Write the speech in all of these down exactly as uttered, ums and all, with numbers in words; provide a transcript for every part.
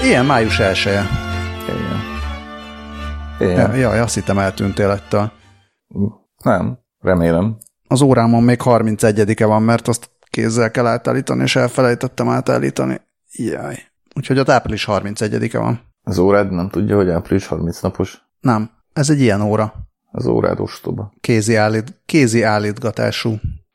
Ilyen május elseje. Igen. Ja, jaj, azt hittem eltűntél ettől. Nem, remélem. Az órámon még harmincegyedike van, mert azt kézzel kell átállítani, és elfelejtettem átállítani. Jaj. Úgyhogy az április harmincegyedike van. Az órád nem tudja, hogy április harminc napos? Nem, ez egy ilyen óra. Az órád ostoba. Kézi, állít, kézi állítgatású.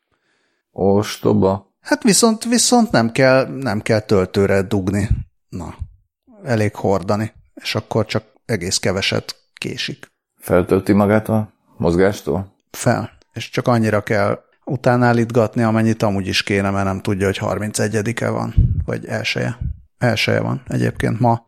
Ostoba? Hát viszont, viszont nem kell, nem kell töltőre dugni. Na, elég hordani, és akkor csak egész keveset késik. Feltölti magát a mozgástól? Fel, és csak annyira kell utána állítgatni, amennyit amúgy is kéne, mert nem tudja, hogy harmincegyedike van, vagy elseje. Elseje van egyébként ma,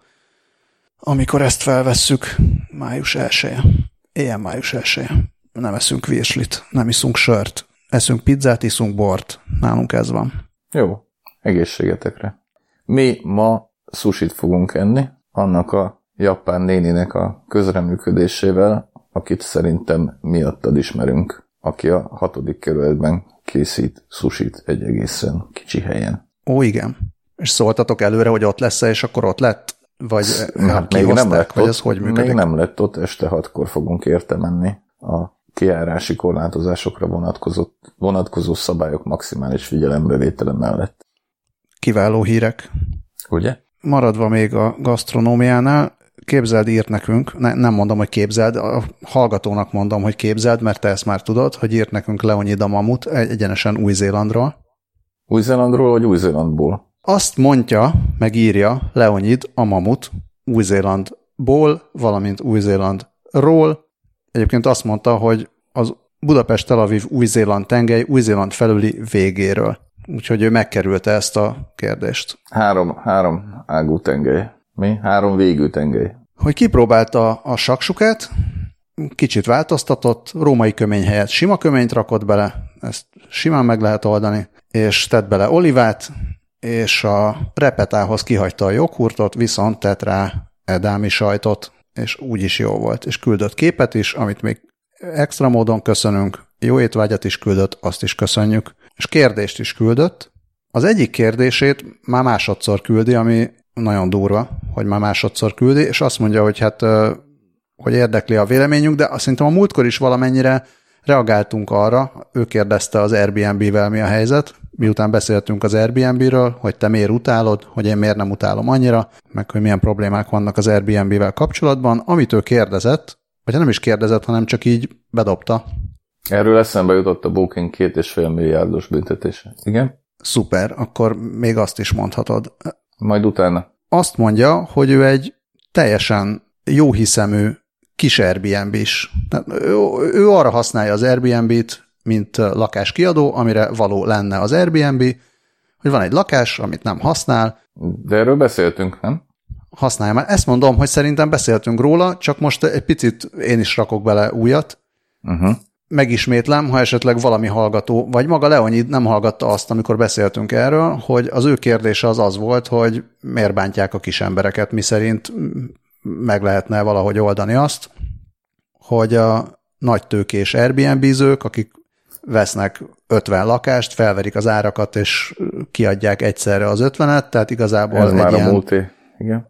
amikor ezt felvesszük, május elseje. Ilyen május elseje. Nem eszünk virslit, nem iszunk sört. Eszünk pizzát, iszunk bort. Nálunk ez van. Jó, egészségetekre. Mi ma sushit fogunk enni, annak a japán néninek a közreműködésével, akit szerintem miattad ismerünk, aki a hatodik kerületben készít sushit egy egészen kicsi helyen. Ó, igen. És szóltatok előre, hogy ott lesz-e, és akkor ott lett? Vagy hát még nem lett vagy ott, ez hogy működik? Még nem lett ott, este hatkor fogunk érte menni. A kijárási korlátozásokra vonatkozó, vonatkozó szabályok maximális figyelembevétele mellett. Kiváló hírek. Ugye? Maradva még a gasztronómiánál, képzeld, írt nekünk, ne, nem mondom, hogy képzeld, a hallgatónak mondom, hogy képzeld, mert te ezt már tudod, hogy írt nekünk Leonid a Mamut egyenesen Új-Zélandról. Új-Zélandról vagy Új-Zélandból? Azt mondja, megírja Leonid a Mamut Új-Zélandból, valamint Új-Zélandról. Egyébként azt mondta, hogy az Budapest-Tel Aviv Új-Zéland tengely Új-Zéland felüli végéről. Úgyhogy ő megkerülte ezt a kérdést. Három, három ágú tengely. Mi? Három végű tengely. Hogy kipróbálta a saksukát, kicsit változtatott, római kömény helyett sima köményt rakott bele, ezt simán meg lehet oldani, és tett bele olivát, és a repetához kihagyta a joghurtot, viszont tett rá edámi sajtot, és úgy is jó volt. És küldött képet is, amit még extra módon köszönünk, jó étvágyat is küldött, azt is köszönjük, és kérdést is küldött. Az egyik kérdését már másodszor küldi, ami nagyon durva, hogy már másodszor küldi, és azt mondja, hogy hát, hogy érdekli a véleményünk, de szerintem a múltkor is valamennyire reagáltunk arra, ő kérdezte az Airbnb-vel mi a helyzet, miután beszéltünk az Airbnb-ről, hogy te miért utálod, hogy én miért nem utálom annyira, meg hogy milyen problémák vannak az Airbnb-vel kapcsolatban, amit ő kérdezett, vagy nem is kérdezett, hanem csak így bedobta. Erről eszembe jutott a Booking két és fél milliárdos büntetése. Igen? Szuper, akkor még azt is mondhatod. Majd utána. Azt mondja, hogy ő egy teljesen jóhiszemű kis Airbnb-s. Ő, ő arra használja az Airbnb-t, mint lakáskiadó, amire való lenne az Airbnb, hogy van egy lakás, amit nem használ. De erről beszéltünk, nem? Használja már. Ezt mondom, hogy szerintem beszéltünk róla, csak most egy picit én is rakok bele újat. Uh-huh. Megismétlem, ha esetleg valami hallgató, vagy maga Leonid nem hallgatta azt, amikor beszéltünk erről, hogy az ő kérdése az az volt, hogy miért bántják a kis embereket, miszerint meg lehetne valahogy oldani azt, hogy a nagy tőkés Airbnb-zők, akik vesznek ötven lakást, felverik az árakat, és kiadják egyszerre az ötvenet, tehát igazából ez egy már ilyen... a múlté. Igen.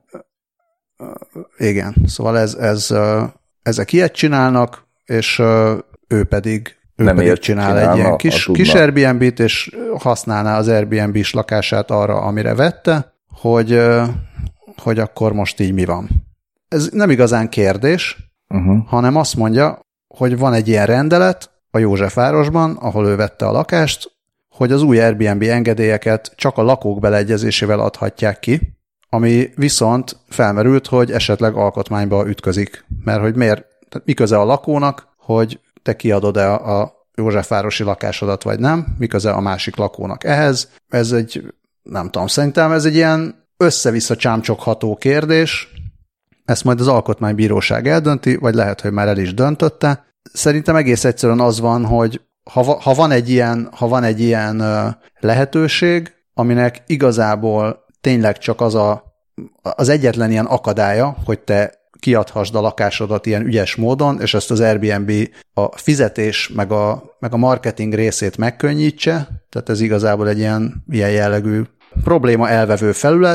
Igen, szóval ez, ez, ezek ilyet csinálnak, és ő pedig, ő nem pedig csinál egy ilyen kis, kis Airbnb-t, és használná az Airbnb-s lakását arra, amire vette, hogy, hogy akkor most így mi van. Ez nem igazán kérdés, uh-huh. hanem azt mondja, hogy van egy ilyen rendelet a Józsefvárosban, ahol ő vette a lakást, hogy az új Airbnb engedélyeket csak a lakók beleegyezésével adhatják ki, ami viszont felmerült, hogy esetleg alkotmányba ütközik. Mert hogy miért, mi köze a lakónak, hogy te kiadod-e a Józsefvárosi lakásodat, vagy nem, mi köze a másik lakónak ehhez. Ez egy, nem tudom, szerintem ez egy ilyen össze-vissza csámcsogható kérdés. Ezt majd az alkotmánybíróság eldönti, vagy lehet, hogy már el is döntötte. Szerintem egész egyszerűen az van, hogy ha, ha van egy ilyen, ha van egy ilyen lehetőség, aminek igazából tényleg csak az a, az egyetlen ilyen akadálya, hogy te kiadhassd a lakásodat ilyen ügyes módon, és ezt az Airbnb a fizetés meg a, meg a marketing részét megkönnyítse, tehát ez igazából egy ilyen, ilyen jellegű probléma elvevő felület,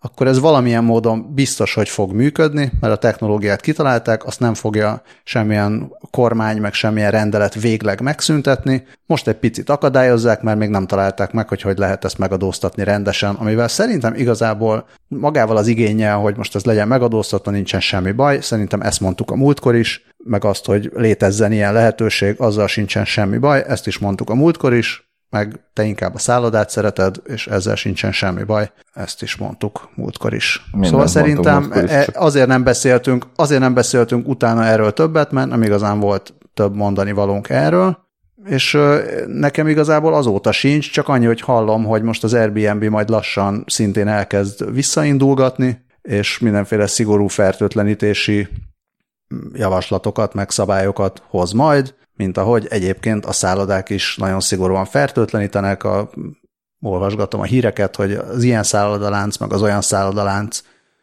akkor ez valamilyen módon biztos, hogy fog működni, mert a technológiát kitalálták, azt nem fogja semmilyen kormány, meg semmilyen rendelet végleg megszüntetni. Most egy picit akadályozzák, mert még nem találták meg, hogy hogy lehet ezt megadóztatni rendesen, amivel szerintem igazából magával az igénnyel, hogy most ez legyen megadóztatva, nincsen semmi baj. Szerintem ezt mondtuk a múltkor is, meg azt, hogy létezzen ilyen lehetőség, azzal sincsen semmi baj, ezt is mondtuk a múltkor is, meg te inkább a szállodát szereted, és ezzel sincsen semmi baj. Ezt is mondtuk múltkor is. Mindent szóval szerintem is, csak... azért nem beszéltünk, azért nem beszéltünk utána erről többet, mert nem igazán volt több mondani valónk erről, és nekem igazából azóta sincs, csak annyi, hogy hallom, hogy most az Airbnb majd lassan szintén elkezd visszaindulgatni, és mindenféle szigorú fertőtlenítési javaslatokat, meg szabályokat hoz majd, mint ahogy egyébként a szállodák is nagyon szigorúan fertőtlenítenek. A, olvasgatom a híreket, hogy az ilyen szállodalánc, meg az olyan szállodalánc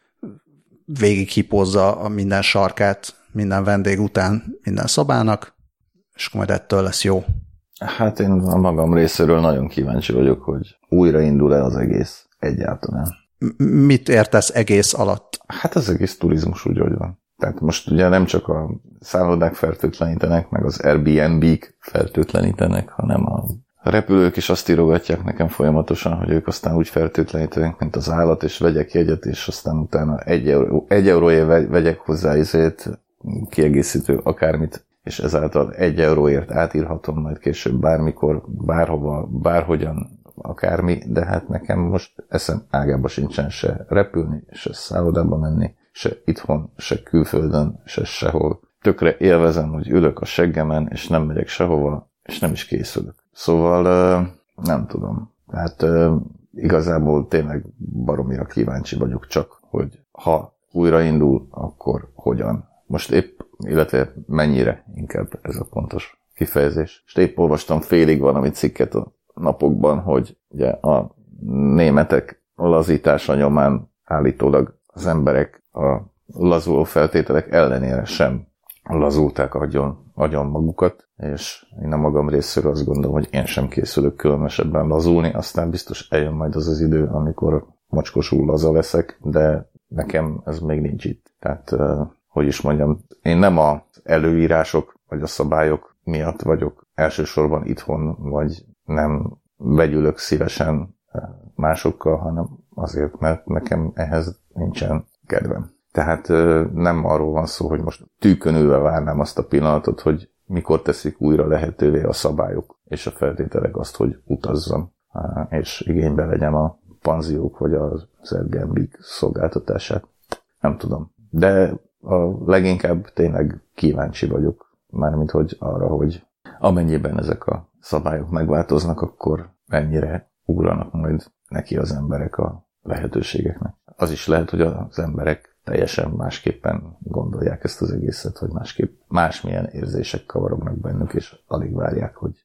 végig hipózza a minden sarkát, minden vendég után, minden szobának, és majd ettől lesz jó. Hát én a magam részéről nagyon kíváncsi vagyok, hogy újraindul-e az egész egyáltalán. Mit értesz egész alatt? Hát az egész turizmus úgy, hogy van. Tehát most ugye nem csak a szállodák fertőtlenítenek, meg az Airbnb-k fertőtlenítenek, hanem a repülők is azt írogatják nekem folyamatosan, hogy ők aztán úgy fertőtlenítenek, mint az állat, és vegyek jegyet, és aztán utána egy, euró, egy euróért vegyek hozzá izét, kiegészítő akármit, és ezáltal egy euróért átírhatom majd később bármikor, bárhova, bárhogyan, akármi, de hát nekem most eszem ágába sincsen se repülni, se szállodába menni, se itthon, se külföldön, se sehol. Tökre élvezem, hogy ülök a seggemen, és nem megyek sehova, és nem is készülök. Szóval nem tudom. Hát igazából tényleg baromira kíváncsi vagyok csak, hogy ha újraindul, akkor hogyan. Most épp, illetve mennyire inkább ez a pontos kifejezés. És épp olvastam félig valami cikket a napokban, hogy ugye a németek lazítása nyomán állítólag az emberek a lazuló feltételek ellenére sem lazulták agyon, agyon magukat, és én a magam részéről azt gondolom, hogy én sem készülök különösebben lazulni, aztán biztos eljön majd az az idő, amikor mocskosul laza leszek, de nekem ez még nincs itt. Tehát, hogy is mondjam, én nem az előírások vagy a szabályok miatt vagyok elsősorban itthon, vagy nem vegyülök szívesen másokkal, hanem azért, mert nekem ehhez nincsen kedvem. Tehát nem arról van szó, hogy most tűkönülve várnám azt a pillanatot, hogy mikor teszik újra lehetővé a szabályok és a feltételek azt, hogy utazzam, és igénybe vegyem a panziók vagy az Airbnb szolgáltatását. Nem tudom. De a leginkább tényleg kíváncsi vagyok, mármint hogy arra, hogy amennyiben ezek a szabályok megváltoznak, akkor mennyire ugranak majd neki az emberek a lehetőségeknek. Az is lehet, hogy az emberek teljesen másképpen gondolják ezt az egészet, hogy másképp másmilyen érzések kavarognak bennük, és alig várják, hogy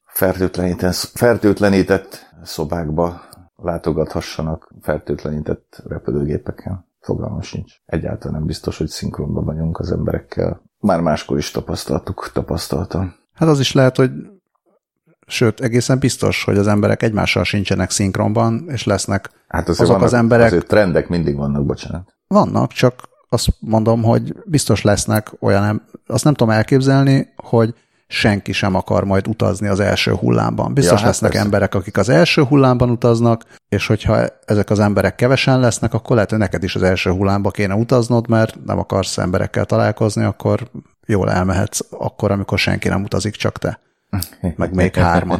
fertőtlenített szobákba látogathassanak fertőtlenített repülőgépeken. Fogalmam sincs. Egyáltalán nem biztos, hogy szinkronban vagyunk az emberekkel. Már máskor is tapasztaltuk, tapasztaltam. Hát az is lehet, hogy sőt, egészen biztos, hogy az emberek egymással sincsenek szinkronban, és lesznek hát azok vannak, az emberek... Azért trendek mindig vannak, bocsánat. Vannak, csak azt mondom, hogy biztos lesznek olyan, azt nem tudom elképzelni, hogy senki sem akar majd utazni az első hullámban. Biztos ja, hát lesznek persze. emberek, akik az első hullámban utaznak, és hogyha ezek az emberek kevesen lesznek, akkor lehet, hogy neked is az első hullámba kéne utaznod, mert nem akarsz emberekkel találkozni, akkor jól elmehetsz akkor, amikor senki nem utazik, csak te. Meg még hárman.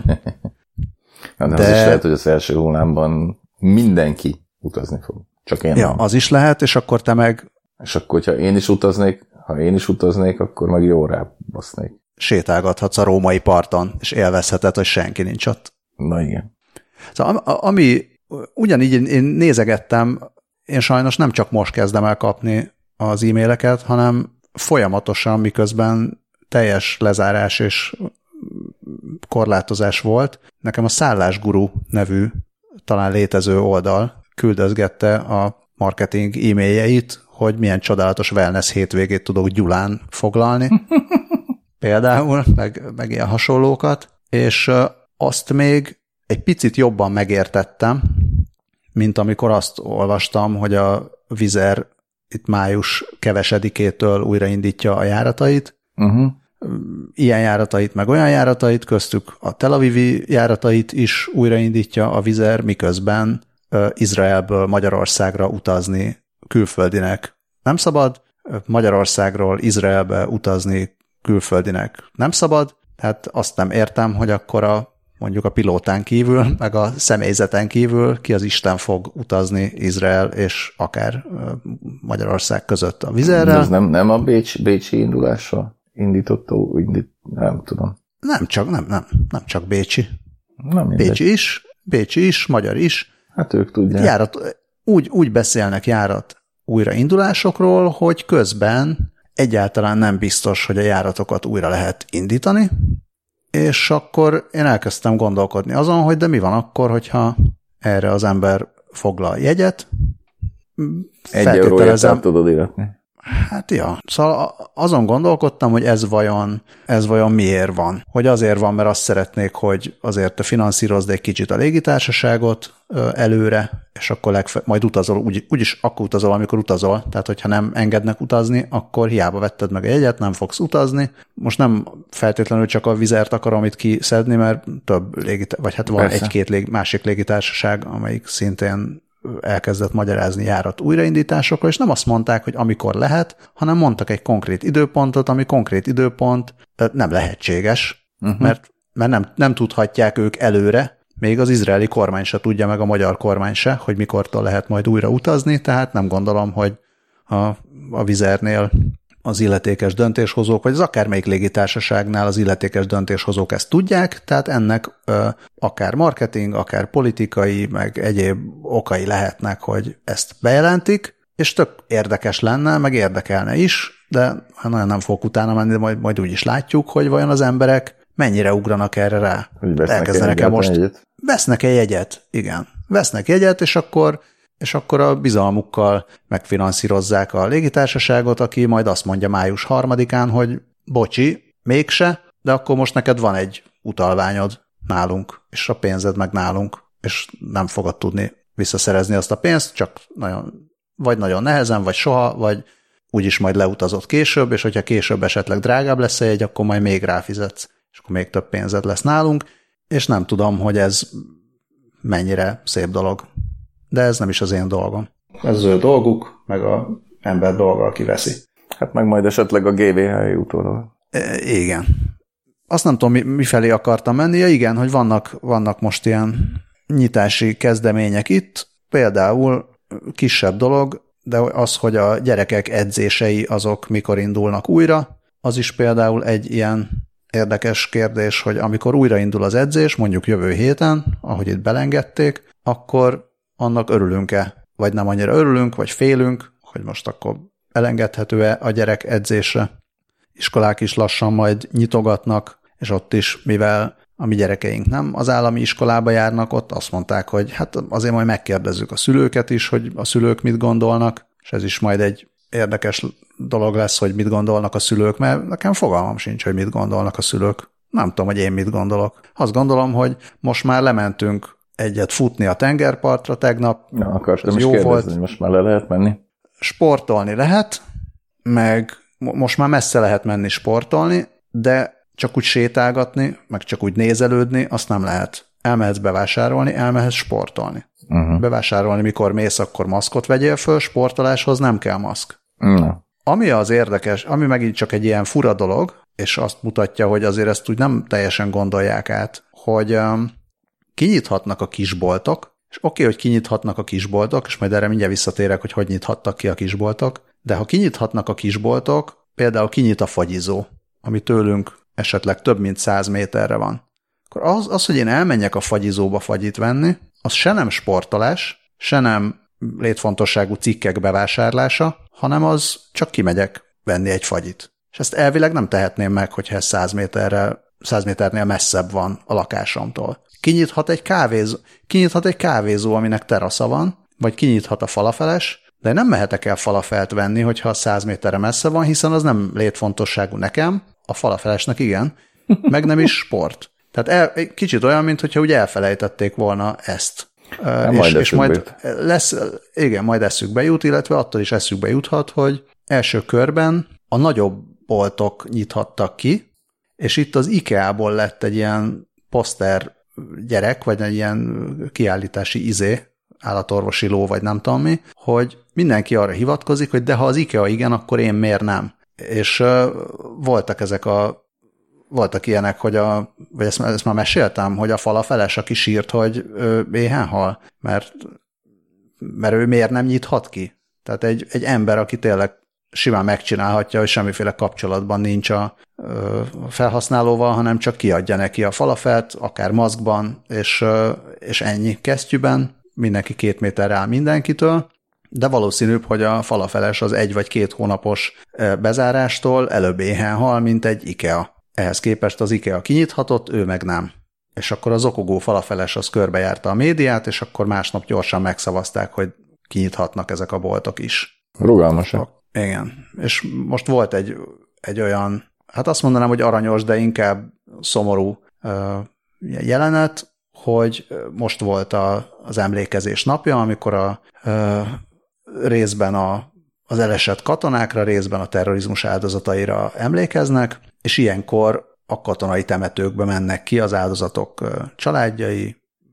De, De az is lehet, hogy az első hullámban mindenki utazni fog. Csak én ja, nem. Az is lehet, és akkor te meg... És akkor, hogyha én is utaznék, ha én is utaznék, akkor meg jó rábasznék. Sétálgathatsz a római parton, és élvezheted, hogy senki nincs ott. Na igen. Szóval ami ugyanígy én nézegettem, én sajnos nem csak most kezdem el kapni az e-maileket, hanem folyamatosan, miközben teljes lezárás és korlátozás volt. Nekem a Szállásguru nevű, talán létező oldal küldözgette a marketing e-mailjeit, hogy milyen csodálatos wellness hétvégét tudok Gyulán foglalni. Például, meg, meg ilyen hasonlókat, és azt még egy picit jobban megértettem, mint amikor azt olvastam, hogy a Vizer itt május kevesedikétől újraindítja a járatait. Uh-huh. Ilyen járatait, meg olyan járatait, köztük a Tel Avivi járatait is újraindítja a Vizer, miközben Izraelből Magyarországra utazni külföldinek nem szabad, Magyarországról Izraelbe utazni külföldinek nem szabad, tehát azt nem értem, hogy akkor a, mondjuk a pilótán kívül, meg a személyzeten kívül ki az Isten fog utazni Izrael és akár Magyarország között a Vizerrel. Ez nem, nem a Bécs, bécsi indulással indította, indít, nem tudom. Nem csak, nem, nem, nem csak bécsi. Nem bécsi is, bécsi is, magyar is. Hát ők tudják. Járat, úgy, úgy beszélnek járat újraindulásokról, hogy közben egyáltalán nem biztos, hogy a járatokat újra lehet indítani, és akkor én elkezdtem gondolkodni azon, hogy de mi van akkor, hogyha erre az ember foglal jegyet. Egy euróért át tudod iratni. Hát ja, szóval azon gondolkodtam, hogy ez vajon, ez vajon miért van. Hogy azért van, mert azt szeretnék, hogy azért te finanszírozd egy kicsit a légitársaságot előre, és akkor legfe- majd utazol, úgy, úgyis akkor utazol, amikor utazol. Tehát, hogyha nem engednek utazni, akkor hiába vetted meg a jegyet, nem fogsz utazni. Most nem feltétlenül csak a Vizert akarom itt kiszedni, mert több légitársaság, vagy hát van Persze. egy-két lég- másik légitársaság, amelyik szintén elkezdett magyarázni járat újraindításokról, és nem azt mondták, hogy amikor lehet, hanem mondtak egy konkrét időpontot, ami konkrét időpont nem lehetséges, uh-huh. mert, mert nem, nem tudhatják ők előre, még az izraeli kormány se tudja, meg a magyar kormány se, hogy mikortól lehet majd újra utazni, tehát nem gondolom, hogy a, a Vizernél az illetékes döntéshozók, vagy az akármelyik légitársaságnál az illetékes döntéshozók ezt tudják, tehát ennek ö, akár marketing, akár politikai, meg egyéb okai lehetnek, hogy ezt bejelentik, és tök érdekes lenne, meg érdekelne is, de nagyon nem fogok utána menni, de majd, majd úgy is látjuk, hogy vajon az emberek mennyire ugranak erre rá. Elkezdenek-e most? Jegyet? Vesznek-e jegyet? Igen. Vesznek jegyet, és akkor és akkor a bizalmukkal megfinanszírozzák a légitársaságot, aki majd azt mondja május harmadikán, hogy bocsi, mégse, de akkor most neked van egy utalványod nálunk, és a pénzed meg nálunk, és nem fogod tudni visszaszerezni azt a pénzt, csak nagyon, vagy nagyon nehezen, vagy soha, vagy úgyis majd leutazott később, és hogyha később esetleg drágább lesz a jegy, akkor majd még ráfizetsz, és akkor még több pénzed lesz nálunk, és nem tudom, hogy ez mennyire szép dolog. De ez nem is az én dolgom. Ez az ő dolguk, meg a ember dolga, aki veszi. Hát meg majd esetleg a gé vé há utólag. E, igen. Azt nem tudom, mi, mifelé akartam menni. Ja, igen, hogy vannak, vannak most ilyen nyitási kezdemények itt. Például kisebb dolog, de az, hogy a gyerekek edzései azok mikor indulnak újra, az is például egy ilyen érdekes kérdés, hogy amikor újraindul az edzés, mondjuk jövő héten, ahogy itt belengedték, akkor annak örülünk-e, vagy nem annyira örülünk, vagy félünk, hogy most akkor elengedhető-e a gyerek edzésre. Iskolák is lassan majd nyitogatnak, és ott is, mivel a mi gyerekeink nem az állami iskolába járnak, ott azt mondták, hogy hát azért majd megkérdezzük a szülőket is, hogy a szülők mit gondolnak, és ez is majd egy érdekes dolog lesz, hogy mit gondolnak a szülők, mert nekem fogalmam sincs, hogy mit gondolnak a szülők. Nem tudom, hogy én mit gondolok. Azt gondolom, hogy most már lementünk egyet futni a tengerpartra tegnap. Na, akartam is kérdezni, volt. Hogy most már le lehet menni. Sportolni lehet, meg most már messze lehet menni sportolni, de csak úgy sétálgatni, meg csak úgy nézelődni, azt nem lehet. Elmehetsz bevásárolni, elmehetsz sportolni. Uh-huh. Bevásárolni, mikor mész, akkor maszkot vegyél föl, sportoláshoz nem kell maszk. Uh-huh. Ami az érdekes, ami megint csak egy ilyen fura dolog, és azt mutatja, hogy azért ezt úgy nem teljesen gondolják át, hogy um, kinyithatnak a kisboltok, és oké, okay, hogy kinyithatnak a kisboltok, és majd erre mindjárt visszatérek, hogy hogy nyithattak ki a kisboltok, de ha kinyithatnak a kisboltok, például kinyit a fagyizó, ami tőlünk esetleg több mint száz méterre van, akkor az, az, hogy én elmenjek a fagyizóba fagyit venni, az se nem sportolás, se nem létfontosságú cikkek bevásárlása, hanem az csak kimegyek venni egy fagyit. És ezt elvileg nem tehetném meg, hogyha ez száz méterrel, száz méternél messzebb van a lakásomtól. Kinyithat egy kávézó, kinyithat egy kávézó, aminek terasza van, vagy kinyithat a falafeles, de nem mehetek el falafelt venni, hogyha száz méterre messze van, hiszen az nem létfontosságú nekem, a falafelesnek igen, meg nem is sport. Tehát el, kicsit olyan, mintha úgy elfelejtették volna ezt. Nem, és, majd és majd jut. lesz, igen, majd eszükbe jut, illetve attól is eszükbe juthat, hogy első körben a nagyobb boltok nyithattak ki, és itt az IKEA-ból lett egy ilyen poszter gyerek, vagy egy ilyen kiállítási izé, állatorvosi ló, vagy nem tudom mi, hogy mindenki arra hivatkozik, hogy de ha az IKEA igen, akkor én miért nem? És uh, voltak ezek a voltak ilyenek, hogy a, vagy ezt, ezt már meséltem, hogy a falafeles, aki sírt, hogy ő éhen hal, mert, mert ő miért nem nyithat ki? Tehát egy, egy ember, aki tényleg simán megcsinálhatja, hogy semmiféle kapcsolatban nincs a ö, felhasználóval, hanem csak kiadja neki a falafelt, akár maszkban, és, ö, és ennyi kesztyűben, mindenki két méterre áll mindenkitől, de valószínűbb, hogy a falafeles az egy vagy két hónapos bezárástól előbb éhen hal, mint egy IKEA. Ehhez képest az IKEA kinyithatott, ő meg nem. És akkor az okogó falafeles az körbejárta a médiát, és akkor másnap gyorsan megszavazták, hogy kinyithatnak ezek a boltok is. Rugalmasak. Igen. És most volt egy, egy olyan, hát azt mondanám, hogy aranyos, de inkább szomorú uh, jelenet, hogy most volt a, az emlékezés napja, amikor a uh, részben a, az elesett katonákra, részben a terrorizmus áldozataira emlékeznek, és ilyenkor a katonai temetőkbe mennek ki az áldozatok családjai,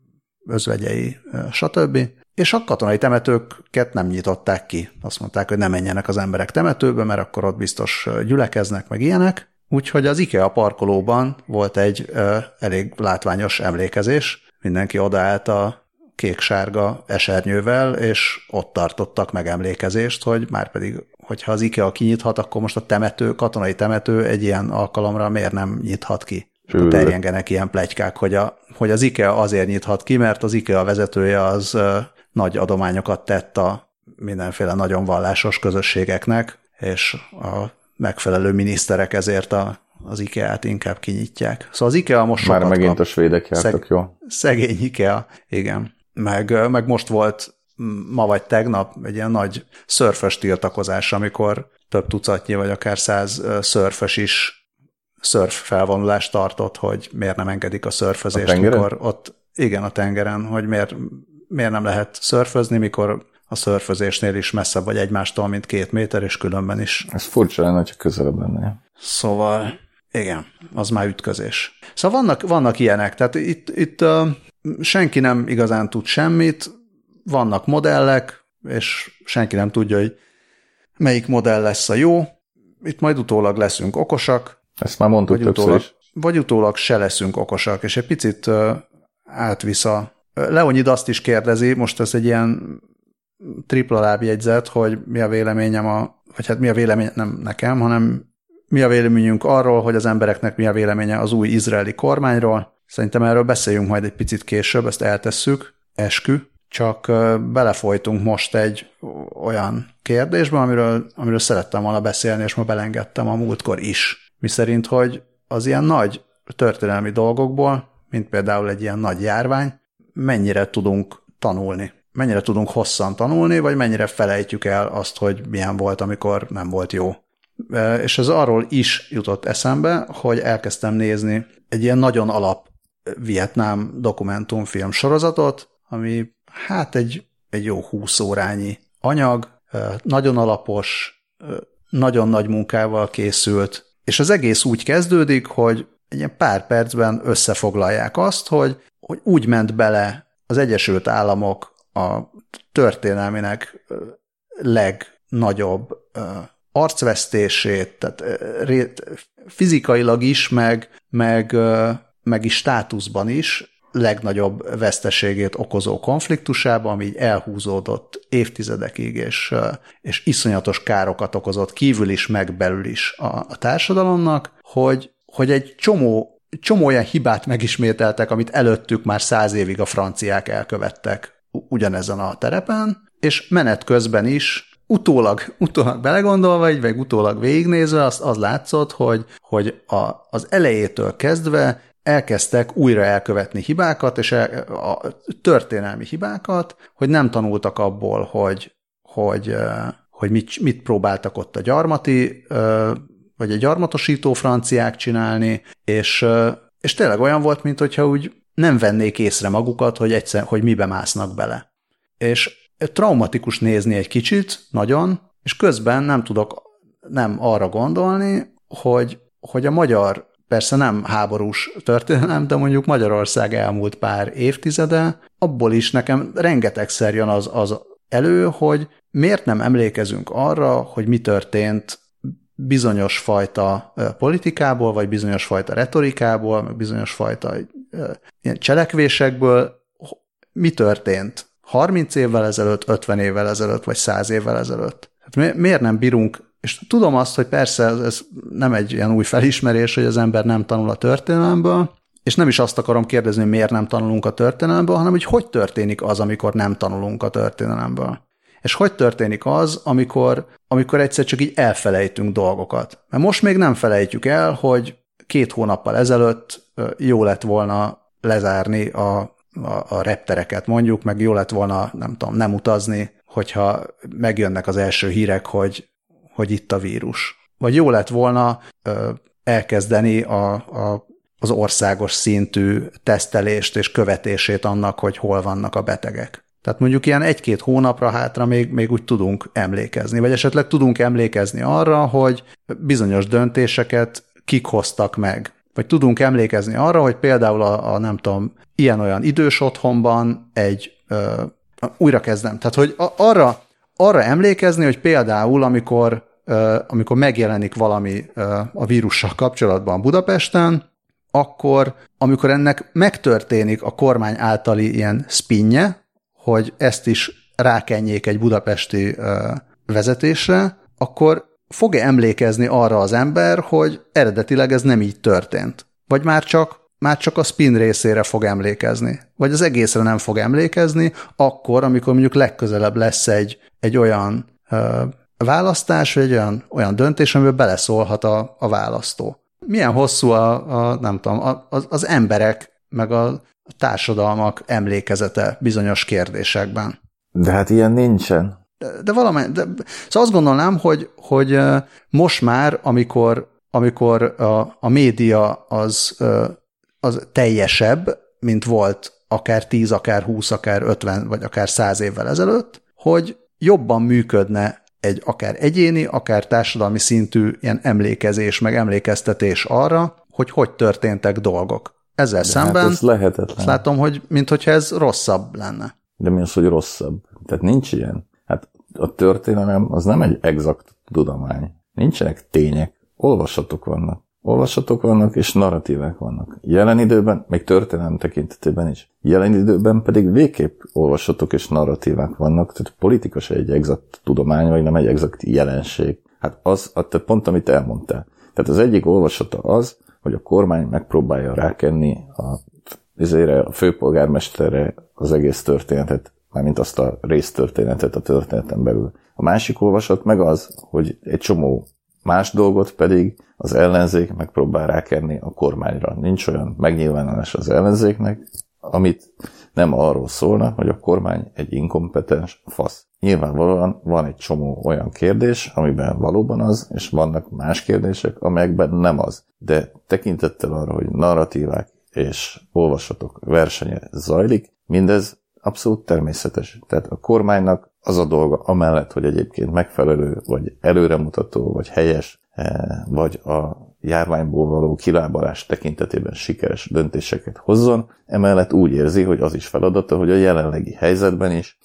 özvegyei, stb. És a katonai temetőket nem nyitották ki. Azt mondták, hogy ne menjenek az emberek temetőbe, mert akkor ott biztos gyülekeznek, meg ilyenek. Úgyhogy az IKEA parkolóban volt egy ö, elég látványos emlékezés. Mindenki odaállt a kék-sárga esernyővel, és ott tartottak megemlékezést, hogy már pedig, hogyha az IKEA kinyithat, akkor most a temető, katonai temető egy ilyen alkalomra miért nem nyithat ki? Terjengenek ilyen pletykák, hogy, a, hogy az IKEA azért nyithat ki, mert az IKEA vezetője az ö, nagy adományokat tett a mindenféle nagyon vallásos közösségeknek, és a megfelelő miniszterek ezért a, az IKEA-t inkább kinyitják. Szóval az IKEA most sokat Már megint kap. A svédek jártak, Szeg, jó? Szegény IKEA, igen. Meg, meg most volt ma vagy tegnap egy ilyen nagy szörfös tiltakozás, amikor több tucatnyi vagy akár száz szörfös is szörf felvonulást tartott, hogy miért nem engedik a szörfözést. A mikor ott, igen, a tengeren, hogy miért, miért nem lehet szörfözni, mikor a szörfözésnél is messzebb vagy egymástól, mint két méter, és különben is. Ez furcsa lenne, hogyha közelebb lenne. Szóval, igen, az már ütközés. Szóval vannak, vannak ilyenek, tehát itt, itt uh, senki nem igazán tud semmit, vannak modellek, és senki nem tudja, hogy melyik modell lesz a jó. Itt majd utólag leszünk okosak. Ezt már mondtuk vagy többször utólag, is. Vagy utólag se leszünk okosak, és egy picit uh, átvisza. Leonid azt is kérdezi, most ez egy ilyen tripla lábjegyzet, hogy mi a véleményem, a, vagy hát mi a vélemény, nem nekem, hanem mi a véleményünk arról, hogy az embereknek mi a véleménye az új izraeli kormányról. Szerintem erről beszéljünk majd egy picit később, ezt eltesszük, eskü, csak belefolytunk most egy olyan kérdésbe, amiről, amiről szerettem volna beszélni, és ma belengedtem a múltkor is. Miszerint, hogy az ilyen nagy történelmi dolgokból, mint például egy ilyen nagy járvány, mennyire tudunk tanulni. Mennyire tudunk hosszan tanulni, vagy mennyire felejtjük el azt, hogy milyen volt, amikor nem volt jó. És ez arról is jutott eszembe, hogy elkezdtem nézni egy ilyen nagyon alap Vietnám dokumentumfilm sorozatot, ami hát egy, egy jó húsz órányi anyag, nagyon alapos, nagyon nagy munkával készült, és az egész úgy kezdődik, hogy egy ilyen pár percben összefoglalják azt, hogy, hogy úgy ment bele az Egyesült Államok a történelmének legnagyobb arcvesztését, tehát fizikailag is, meg, meg, meg is státuszban is legnagyobb veszteségét okozó konfliktusában, ami így elhúzódott évtizedekig, és, és iszonyatos károkat okozott kívül is, meg belül is a, a társadalomnak, hogy, hogy egy csomó, csomó olyan hibát megismételtek, amit előttük már száz évig a franciák elkövettek ugyanezen a terepen, és menet közben is utólag, utólag belegondolva, vagy meg utólag végignézve az, az látszott, hogy, hogy a, az elejétől kezdve elkezdtek újra elkövetni hibákat, és el, a történelmi hibákat, hogy nem tanultak abból, hogy, hogy, hogy mit, mit próbáltak ott a gyarmati, vagy a gyarmatosító franciák csinálni, és, és tényleg olyan volt, mint hogyha úgy nem vennék észre magukat, hogy, egyszer, hogy mibe másznak bele. És traumatikus nézni egy kicsit, nagyon, és közben nem tudok nem arra gondolni, hogy, hogy a magyar, persze nem háborús történelem, de mondjuk Magyarország elmúlt pár évtizede, abból is nekem rengetegszer jön az, az elő, hogy miért nem emlékezünk arra, hogy mi történt bizonyos fajta politikából, vagy bizonyos fajta retorikából, meg bizonyos fajta ilyen cselekvésekből, mi történt harminc évvel ezelőtt, ötven évvel ezelőtt, vagy száz évvel ezelőtt. Hát miért nem bírunk, és tudom azt, hogy persze ez nem egy ilyen új felismerés, hogy az ember nem tanul a történelemből, és nem is azt akarom kérdezni, hogy miért nem tanulunk a történelemből, hanem hogy hogy történik az, amikor nem tanulunk a történelemből. És hogy történik az, amikor, amikor egyszer csak így elfelejtünk dolgokat. Mert most még nem felejtjük el, hogy két hónappal ezelőtt jó lett volna lezárni a, a, a reptereket mondjuk, meg jó lett volna, nem tudom, nem utazni, hogyha megjönnek az első hírek, hogy, hogy itt a vírus. Vagy jó lett volna ö, elkezdeni a, a, az országos szintű tesztelést és követését annak, hogy hol vannak a betegek. Tehát mondjuk ilyen egy-két hónapra hátra még, még úgy tudunk emlékezni, vagy esetleg tudunk emlékezni arra, hogy bizonyos döntéseket kik hoztak meg. Vagy tudunk emlékezni arra, hogy például a, a nem tudom, ilyen-olyan idős otthonban egy, ö, újra kezdem, tehát hogy a, arra, arra emlékezni, hogy például amikor, ö, amikor megjelenik valami ö, a vírussal kapcsolatban Budapesten, akkor amikor ennek megtörténik a kormány általi ilyen spinje, hogy ezt is rákenjék egy budapesti ö, vezetésre, akkor fog-e emlékezni arra az ember, hogy eredetileg ez nem így történt? Vagy már csak, már csak a spin részére fog emlékezni? Vagy az egészre nem fog emlékezni, akkor, amikor mondjuk legközelebb lesz egy, egy olyan ö, választás, vagy egy olyan, olyan döntés, amiben beleszólhat a, a választó. Milyen hosszú a, a nem tudom, a, az, az emberek, meg a a társadalmak emlékezete bizonyos kérdésekben. De hát ilyen nincsen. De, de valamely, de, szóval azt gondolnám, hogy, hogy most már, amikor, amikor a, a média az, az teljesebb, mint volt akár tíz, akár húsz, akár ötven, vagy akár száz évvel ezelőtt, hogy jobban működne egy akár egyéni, akár társadalmi szintű ilyen emlékezés, meg emlékeztetés arra, hogy hogy történtek dolgok. Ezzel de szemben hát ez lehetetlen. Azt látom, hogy minthogyha ez rosszabb lenne. De mi az, hogy rosszabb? Tehát nincs ilyen. Hát a történelem az nem egy exakt tudomány. Nincsenek tények. Olvasatok vannak. Olvasatok vannak, és narratívák vannak. Jelen időben, még történelem tekintetében is. Jelen időben pedig végképp olvasatok és narratívák vannak. Tehát politika se egy exakt tudomány, vagy nem egy exakt jelenség. Hát az, tehát pont amit elmondtál. Tehát az egyik olvasata az, hogy a kormány megpróbálja rákenni a, a főpolgármesterre az egész történetet, mármint azt a résztörténetet a történeten belül. A másik olvasat meg az, hogy egy csomó más dolgot pedig az ellenzék megpróbál rákenni a kormányra. Nincs olyan megnyilvánulás az ellenzéknek, amit nem arról szólna, hogy a kormány egy inkompetens fasz. Nyilvánvalóan van egy csomó olyan kérdés, amiben valóban az, és vannak más kérdések, amelyekben nem az. De tekintettel arra, hogy narratívák és olvasatok versenye zajlik, mindez abszolút természetes. Tehát a kormánynak az a dolga, amellett, hogy egyébként megfelelő, vagy előremutató, vagy helyes, vagy a járványból való kilábalás tekintetében sikeres döntéseket hozzon, emellett úgy érzi, hogy az is feladata, hogy a jelenlegi helyzetben is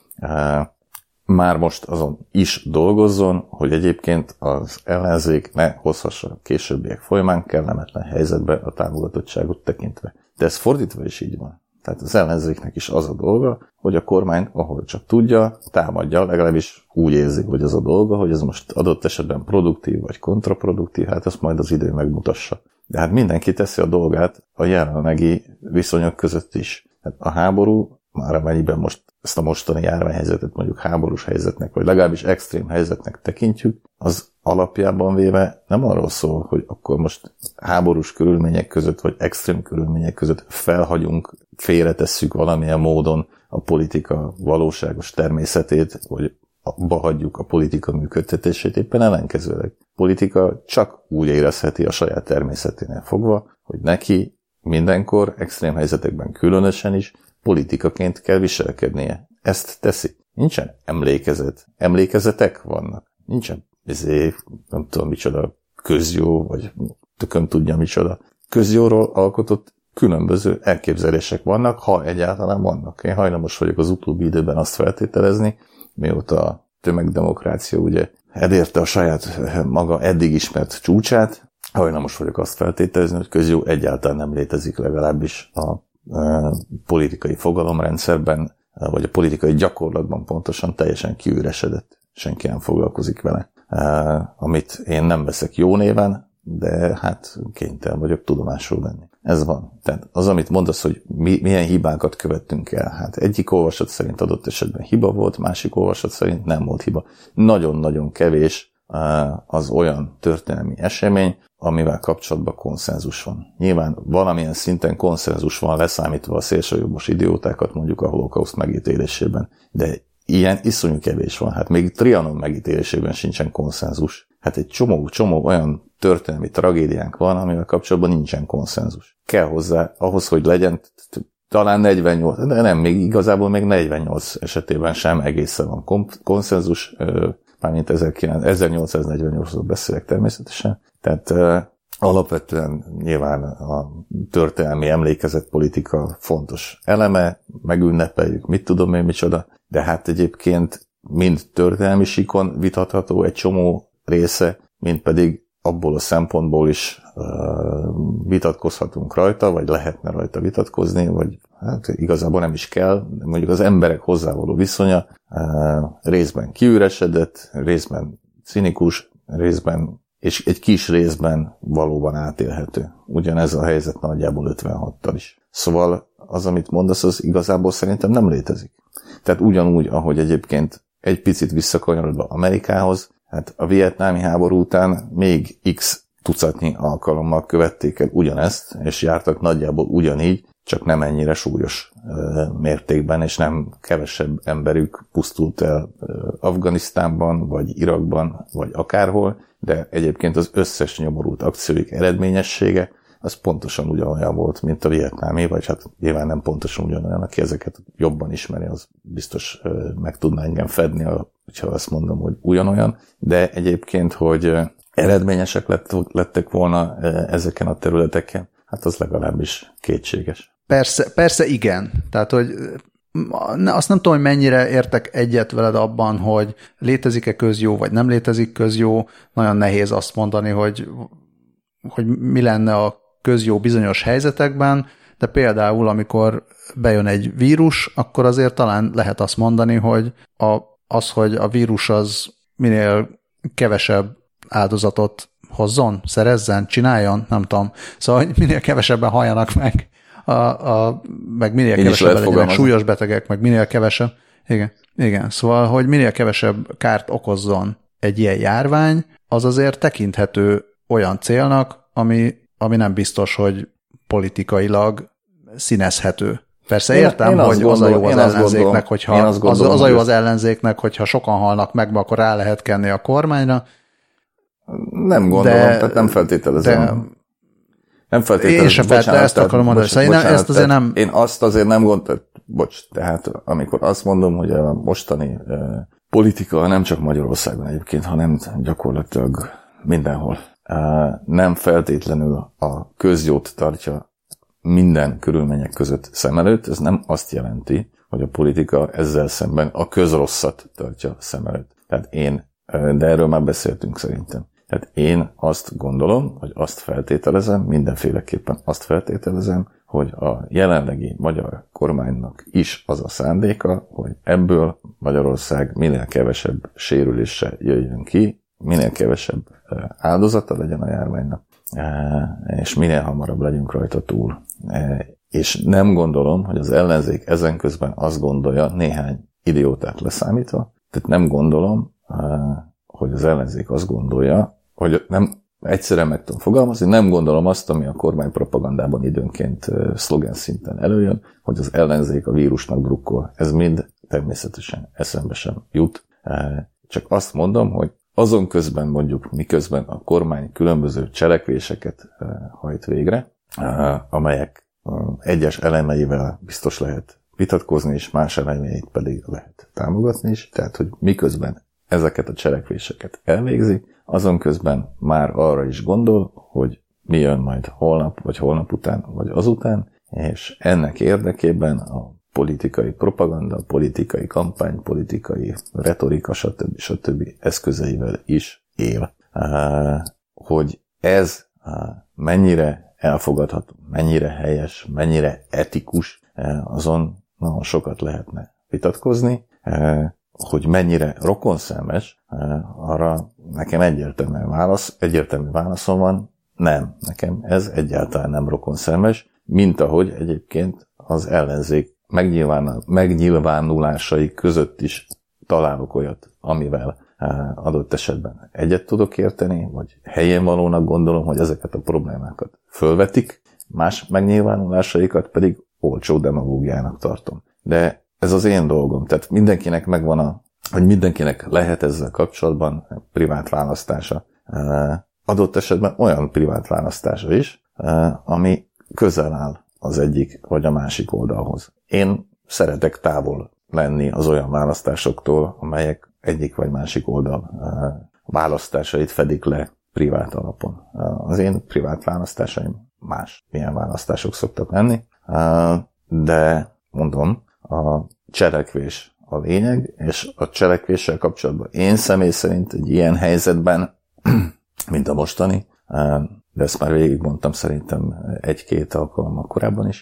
már most azon is dolgozzon, hogy egyébként az ellenzék ne hozhassa a későbbiek folyamán kellemetlen helyzetbe a támogatottságot tekintve. De ez fordítva is így van. Tehát az ellenzéknek is az a dolga, hogy a kormány, ahol csak tudja, támadja, legalábbis úgy érzi, hogy az a dolga, hogy ez most adott esetben produktív vagy kontraproduktív, hát ezt majd az idő megmutassa. De hát mindenki teszi a dolgát a jelenlegi viszonyok között is. Hát a háború, már amennyiben most ezt a mostani járványhelyzetet mondjuk háborús helyzetnek, vagy legalábbis extrém helyzetnek tekintjük, az alapjában véve nem arról szól, hogy akkor most háborús körülmények között, vagy extrém körülmények között felhagyunk, félretesszük valamilyen módon a politika valóságos természetét, vagy abba hagyjuk a politika működtetését, éppen ellenkezőleg. Politika csak úgy érezheti a saját természeténél fogva, hogy neki mindenkor, extrém helyzetekben különösen is politikaként kell viselkednie. Ezt teszi. Nincsen emlékezet. Emlékezetek vannak. Nincsen ezért, nem tudom micsoda, közjó, vagy tököm tudja micsoda. Közjóról alkotott különböző elképzelések vannak, ha egyáltalán vannak. Én hajlamos vagyok az utóbbi időben azt feltételezni, mióta a tömegdemokrácia ugye elérte a saját maga eddig ismert csúcsát, hajlamos vagyok azt feltételezni, hogy közjó egyáltalán nem létezik, legalábbis a e, politikai fogalomrendszerben, vagy a politikai gyakorlatban pontosan teljesen kiüresedett. Senki nem foglalkozik vele. E, amit én nem veszek jó néven, de hát kénytelen vagyok tudomásul venni. Ez van. Tehát az, amit mondasz, hogy mi, milyen hibákat követtünk el, hát egyik olvasat szerint adott esetben hiba volt, másik olvasat szerint nem volt hiba. Nagyon-nagyon kevés az olyan történelmi esemény, amivel kapcsolatban konszenzus van. Nyilván valamilyen szinten konszenzus van, leszámítva a szélsőjobbos idiótákat mondjuk a holokauszt megítélésében, de ilyen iszonyú kevés van. Hát még Trianon megítélésében sincsen konszenzus. Hát egy csomó-csomó olyan történelmi tragédiánk van, amivel kapcsolatban nincsen konszenzus. Kell hozzá, ahhoz, hogy legyen talán negyvennyolc, de nem, még igazából még negyvennyolc esetében sem egészen van konszenzus, mármint ezernyolcszáznegyvennyolcról beszélek természetesen. Tehát alapvetően nyilván a történelmi emlékezetpolitika fontos eleme, megünnepeljük, mit tudom én micsoda, de hát egyébként mind történelmi síkon vitatható egy csomó része, mint pedig abból a szempontból is uh, vitatkozhatunk rajta, vagy lehetne rajta vitatkozni, vagy hát igazából nem is kell, de mondjuk az emberek hozzávaló viszonya uh, részben kiüresedett, részben cinikus, részben, és egy kis részben valóban átélhető. Ugyanez a helyzet nagyjából ötvenhattal is. Szóval az, amit mondasz, az igazából szerintem nem létezik. Tehát ugyanúgy, ahogy egyébként egy picit visszakanyarodva Amerikához, hát a vietnámi háború után még x tucatnyi alkalommal követték el ugyanezt, és jártak nagyjából ugyanígy, csak nem ennyire súlyos uh, mértékben, és nem kevesebb emberük pusztult el uh, Afganisztánban, vagy Irakban, vagy akárhol, de egyébként az összes nyomorult akcióik eredményessége az pontosan ugyanolyan volt, mint a vietnámi, vagy hát nyilván nem pontosan ugyanolyan, aki ezeket jobban ismeri, az biztos uh, meg tudná engem fedni, hogyha azt mondom, hogy ugyanolyan, de egyébként, hogy uh, eredményesek lett, lettek volna uh, ezeken a területeken, hát az legalábbis kétséges. Persze, persze igen. Tehát, hogy azt nem tudom, hogy mennyire értek egyet veled abban, hogy létezik-e közjó, vagy nem létezik közjó. Nagyon nehéz azt mondani, hogy, hogy mi lenne a közjó bizonyos helyzetekben, de például, amikor bejön egy vírus, akkor azért talán lehet azt mondani, hogy a, az, hogy a vírus az minél kevesebb áldozatot hozzon, szerezzen, csináljon, nem tudom. Szóval, hogy minél kevesebben haljanak meg, a, a, meg minél Én kevesebben legyenek súlyos betegek, meg minél kevesebb. Igen, igen, szóval, hogy minél kevesebb kárt okozzon egy ilyen járvány, az azért tekinthető olyan célnak, ami, ami nem biztos, hogy politikailag színezhető. Persze értem, én, én hogy az a jó az ellenzéknek, hogyha az, az a jó az ellenzéknek, hogyha sokan halnak meg, akkor rá lehet kenni a kormányra. Nem gondolom, de, tehát nem feltételezem. De, nem feltételezem. Én sem feltételezem, ezt akarom mondani. Bocs, bocsánat, ezt azért nem... Én azt azért nem gondolom, bocs, tehát amikor azt mondom, hogy a mostani uh, politika nem csak Magyarországon egyébként, hanem gyakorlatilag mindenhol uh, nem feltétlenül a közjót tartja minden körülmények között szem előtt, ez nem azt jelenti, hogy a politika ezzel szemben a közrosszat tartja szem előtt. Tehát én, de erről már beszéltünk szerintem. Tehát én azt gondolom, hogy azt feltételezem, mindenféleképpen azt feltételezem, hogy a jelenlegi magyar kormánynak is az a szándéka, hogy ebből Magyarország minél kevesebb sérülése jöjjön ki, minél kevesebb áldozata legyen a járványnak, és minél hamarabb legyünk rajta túl. És nem gondolom, hogy az ellenzék ezen közben azt gondolja, néhány idiótát leszámítva, tehát nem gondolom, hogy az ellenzék azt gondolja, hogy nem, egyszerűen meg tudom fogalmazni, nem gondolom azt, ami a kormány propagandában időnként szlogen szinten előjön, hogy az ellenzék a vírusnak drukkol. Ez mind természetesen eszembe sem jut. Csak azt mondom, hogy azon közben mondjuk, miközben a kormány különböző cselekvéseket hajt végre, amelyek egyes elemeivel biztos lehet vitatkozni, és más elemeit pedig lehet támogatni is. Tehát, hogy miközben ezeket a cselekvéseket elvégzi, azon közben már arra is gondol, hogy mi jön majd holnap, vagy holnap után, vagy azután, és ennek érdekében a politikai propaganda, politikai kampány, politikai retorika, stb. stb. Eszközeivel is él. Hogy ez mennyire elfogadható, mennyire helyes, mennyire etikus, azon nagyon sokat lehetne vitatkozni. Hogy mennyire rokonszenves, arra nekem egyértelmű válasz, egyértelmű válaszom van, nem, nekem ez egyáltalán nem rokonszenves, mint ahogy egyébként az ellenzék megnyilvánulásai között is találok olyat, amivel adott esetben egyet tudok érteni, vagy helyén valónak gondolom, hogy ezeket a problémákat fölvetik, más megnyilvánulásaikat pedig olcsó demagógiának tartom. De ez az én dolgom, tehát mindenkinek megvan a, vagy mindenkinek lehet ezzel kapcsolatban privát választása. Adott esetben olyan privát választása is, ami közel áll az egyik vagy a másik oldalhoz. Én szeretek távol lenni az olyan választásoktól, amelyek egyik vagy másik oldal választásait fedik le privát alapon. Az én privát választásaim más milyen választások szoktak lenni, de mondom, a cselekvés a lényeg, és a cselekvéssel kapcsolatban én személy szerint egy ilyen helyzetben, mint a mostani, de ezt már végigmondtam szerintem egy-két alkalommal korábban is,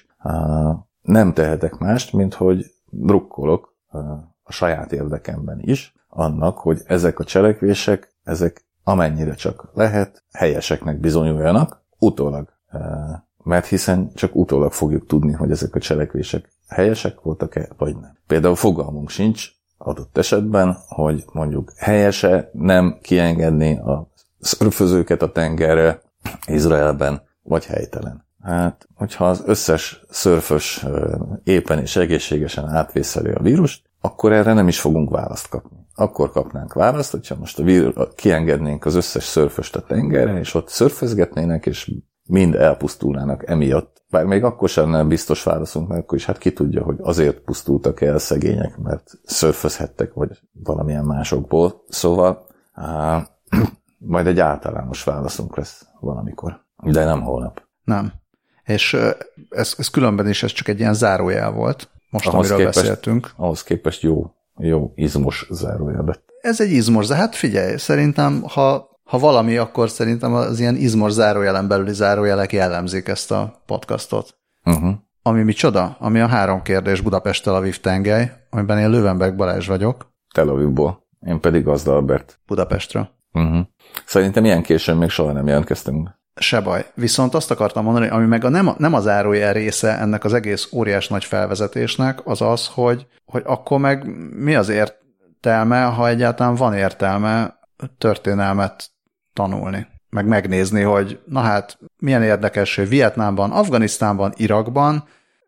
nem tehetek mást, mint hogy drukkolok a saját érdekemben is, annak, hogy ezek a cselekvések, ezek amennyire csak lehet, helyeseknek bizonyuljanak, utólag. Mert hiszen csak utólag fogjuk tudni, hogy ezek a cselekvések helyesek voltak-e, vagy nem. Például fogalmunk sincs adott esetben, hogy mondjuk helyese nem kiengedni a szörfözőket a tengerre Izraelben, vagy helytelen. Hát, hogyha az összes szörfös éppen és egészségesen átvészeli a vírust, akkor erre nem is fogunk választ kapni. Akkor kapnánk választ, hogyha most a vírus, kiengednénk az összes szörföst a tengerre, és ott szörfözgetnének, és mind elpusztulnának emiatt. Bár még akkor sem nem biztos válaszunk, mert akkor is hát ki tudja, hogy azért pusztultak el szegények, mert szörfözhettek, vagy valamilyen másokból. Szóval á, majd egy általános válaszunk lesz valamikor, de nem holnap. Nem. És ez, ez különben is ez csak egy ilyen zárójel volt, most ahhoz amiről képest, beszéltünk. Ahhoz képest jó, jó izmos zárójel lett. Ez egy izmos, de hát figyelj, szerintem, ha Ha valami, akkor szerintem az ilyen izmos zárójelen belüli zárójelek jellemzik ezt a podcastot. Uh-huh. Ami micsoda? Ami a három kérdés Budapest-Tel Aviv tengely, amiben én Löwenberg Balázs vagyok. Tel Avivból. Én pedig Gazda Albert. Budapestre. Uh-huh. Szerintem ilyen későn még soha nem jelentkeztünk. Se baj. Viszont azt akartam mondani, ami meg a nem, nem a zárójel része ennek az egész óriás nagy felvezetésnek, az az, hogy, hogy akkor meg mi az értelme, ha egyáltalán van értelme történelmet tanulni, meg megnézni, hogy na hát milyen érdekes, hogy Vietnámban, Afganisztánban, Irakban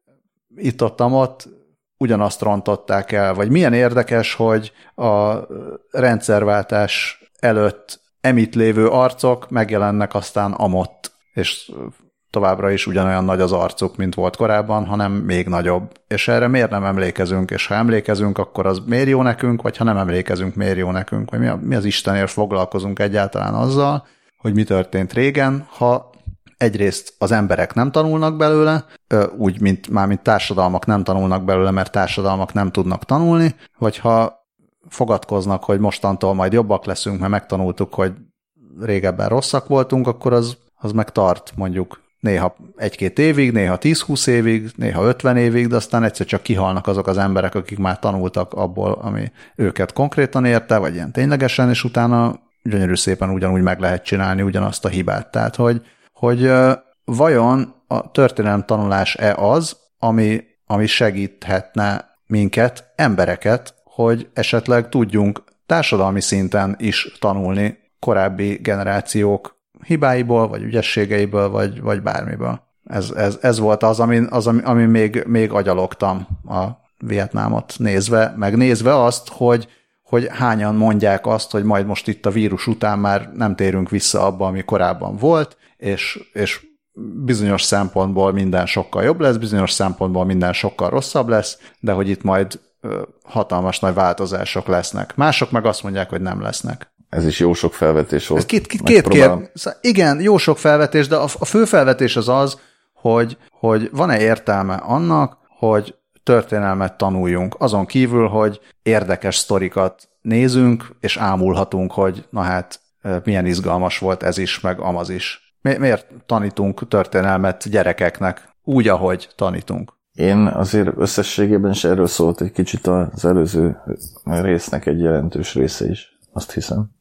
itt-ottam ott ugyanazt rontották el, vagy milyen érdekes, hogy a rendszerváltás előtt emitt lévő arcok megjelennek aztán amott, és továbbra is ugyanolyan nagy az arcuk, mint volt korábban, hanem még nagyobb. És erre miért nem emlékezünk? És ha emlékezünk, akkor az miért jó nekünk, vagy ha nem emlékezünk, miért jó nekünk? Vagy mi, a, mi az Istenért foglalkozunk egyáltalán azzal, hogy mi történt régen, ha egyrészt az emberek nem tanulnak belőle, úgy, mint már mint társadalmak nem tanulnak belőle, mert társadalmak nem tudnak tanulni, vagy ha fogadkoznak, hogy mostantól majd jobbak leszünk, mert megtanultuk, hogy régebben rosszak voltunk, akkor az, az meg tart mondjuk néha egy-két évig, néha tíz-húsz évig, néha ötven évig, de aztán egyszer csak kihalnak azok az emberek, akik már tanultak abból, ami őket konkrétan érte, vagy ilyen ténylegesen, és utána gyönyörű szépen ugyanúgy meg lehet csinálni ugyanazt a hibát. Tehát, hogy, hogy vajon a történelem tanulás-e az, ami, ami segíthetne minket, embereket, hogy esetleg tudjunk társadalmi szinten is tanulni korábbi generációk hibáiból, vagy ügyességeiből, vagy, vagy bármiből. Ez, ez, ez volt az, ami, az, ami, ami még, még agyalogtam a Vietnámot nézve, meg nézve azt, hogy, hogy hányan mondják azt, hogy majd most itt a vírus után már nem térünk vissza abba, ami korábban volt, és, és bizonyos szempontból minden sokkal jobb lesz, bizonyos szempontból minden sokkal rosszabb lesz, de hogy itt majd hatalmas nagy változások lesznek. Mások meg azt mondják, hogy nem lesznek. Ez is jó sok felvetés volt. Ez két, két, két kér, igen, jó sok felvetés, de a, a fő felvetés az az, hogy, hogy van-e értelme annak, hogy történelmet tanuljunk, azon kívül, hogy érdekes sztorikat nézünk, és ámulhatunk, hogy na hát milyen izgalmas volt ez is, meg amaz is. Mi, miért tanítunk történelmet gyerekeknek úgy, ahogy tanítunk? Én azért összességében is erről szólt egy kicsit az előző résznek egy jelentős része is, azt hiszem.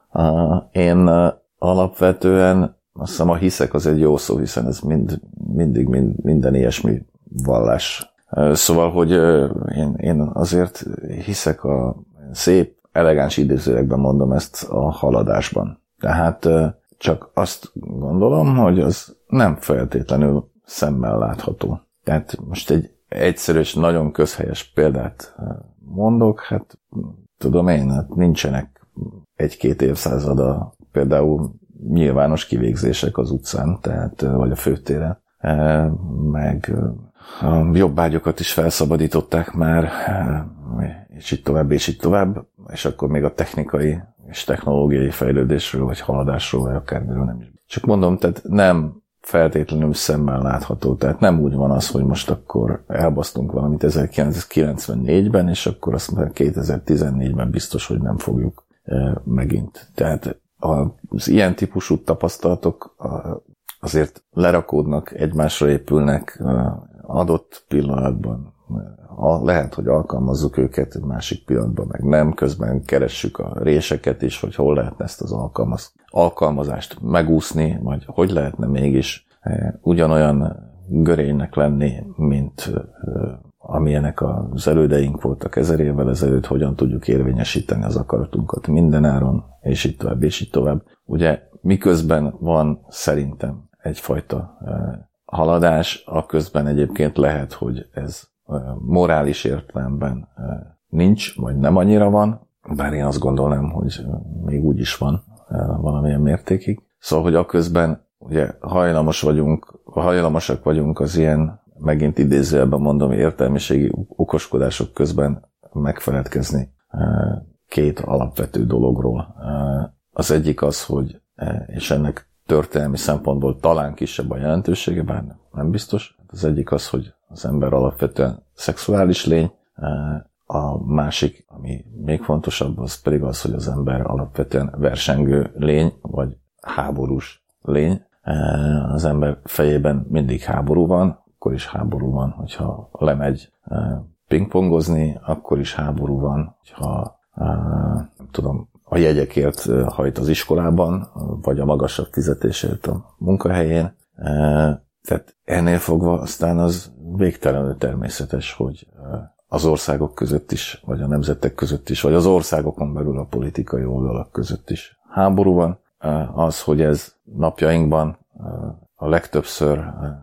Én alapvetően azt hiszem a hiszek az egy jó szó, hiszen ez mind, mindig mind, minden ilyesmi vallás. Szóval, hogy én, én azért hiszek a szép, elegáns idézőekben mondom ezt a haladásban. Tehát csak azt gondolom, hogy az nem feltétlenül szemmel látható. Tehát most egy egyszerű és nagyon közhelyes példát mondok, hát tudom én, hát nincsenek egy-két évszázada például nyilvános kivégzések az utcán, tehát, vagy a főtéren, meg a jobbágyokat is felszabadították már, és így tovább, és így tovább, és akkor még a technikai és technológiai fejlődésről, vagy haladásról, vagy akármiről nem is. Csak mondom, tehát nem feltétlenül szemmel látható, tehát nem úgy van az, hogy most akkor elbasztunk valamit ezerkilencszázkilencvennégyben, és akkor azt mondjuk kétezer-tizennégyben biztos, hogy nem fogjuk megint. Tehát az ilyen típusú tapasztalatok azért lerakódnak, egymásra épülnek adott pillanatban. Lehet, hogy alkalmazzuk őket, egy másik pillanatban meg nem, közben keressük a réseket is, hogy hol lehetne ezt az alkalmaz, alkalmazást megúszni, vagy hogy lehetne mégis ugyanolyan görénynek lenni, mint amilyenek az elődeink voltak ezer évvel ezelőtt, hogyan tudjuk érvényesíteni az akaratunkat mindenáron, és így tovább, és így tovább. Ugye miközben van szerintem egyfajta haladás, aközben egyébként lehet, hogy ez morális értelemben nincs, vagy nem annyira van, bár én azt gondolnám, hogy még úgy is van valamilyen mértékig. Szóval, hogy aközben ugye hajlamos vagyunk, hajlamosak vagyunk az ilyen, megint idézőjelben mondom, értelmiségi okoskodások közben megfeledkezni két alapvető dologról. Az egyik az, hogy, és ennek történelmi szempontból talán kisebb a jelentősége, bár nem biztos. Az egyik az, hogy az ember alapvetően szexuális lény, a másik, ami még fontosabb, az pedig az, hogy az ember alapvetően versengő lény, vagy háborús lény. Az ember fejében mindig háború van, akkor is háború van, hogyha lemegy pingpongozni, akkor is háború van, hogyha nem tudom, a jegyekért hajt az iskolában, vagy a magasabb fizetésért a munkahelyén. Tehát ennél fogva aztán az végtelenül természetes, hogy az országok között is, vagy a nemzetek között is, vagy az országokon belül a politikai oldalak között is háború van. Az, hogy ez napjainkban a legtöbbször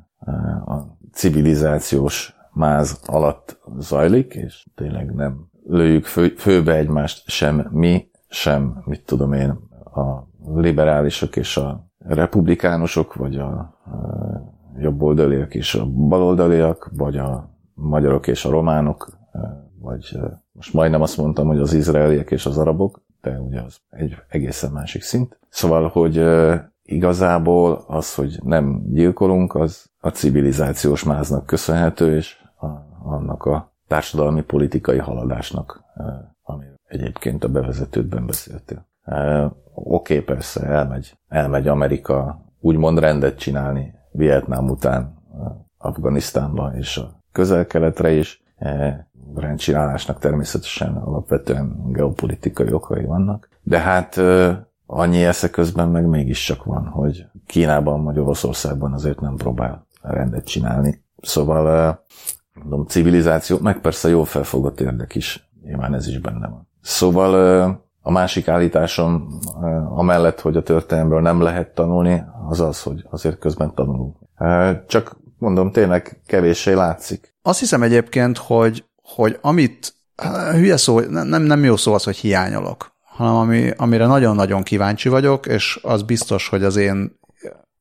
a civilizációs máz alatt zajlik, és tényleg nem lőjük fő, főbe egymást sem mi, sem, mit tudom én, a liberálisok és a republikánusok, vagy a jobboldaliak és a baloldaliak, vagy a magyarok és a románok, vagy most majdnem azt mondtam, hogy az izraeliek és az arabok, de ugye az egy egészen másik szint. Szóval, hogy igazából az, hogy nem gyilkolunk, az a civilizációs máznak köszönhető, és a, annak a társadalmi politikai haladásnak, ami egyébként a bevezetődben beszéltél. Oké, okay, persze, elmegy, elmegy Amerika úgymond rendet csinálni Vietnám után Afganisztánba és a közel-keletre is. Rendcsinálásnak természetesen alapvetően geopolitikai okai vannak. De hát annyi esze közben meg mégiscsak van, hogy Kínában vagy Oroszországban azért nem próbál rendet csinálni. Szóval mondom, civilizáció, meg persze jól felfogott érdek is. Nyilván ez is benne van. Szóval a másik állításom amellett, hogy a történelemből nem lehet tanulni, az az, hogy azért közben tanulunk. Csak mondom, tényleg kevéssé látszik. Azt hiszem egyébként, hogy, hogy amit, hülye szó, nem, nem jó szó az, hogy hiányolok, hanem ami, amire nagyon-nagyon kíváncsi vagyok, és az biztos, hogy az én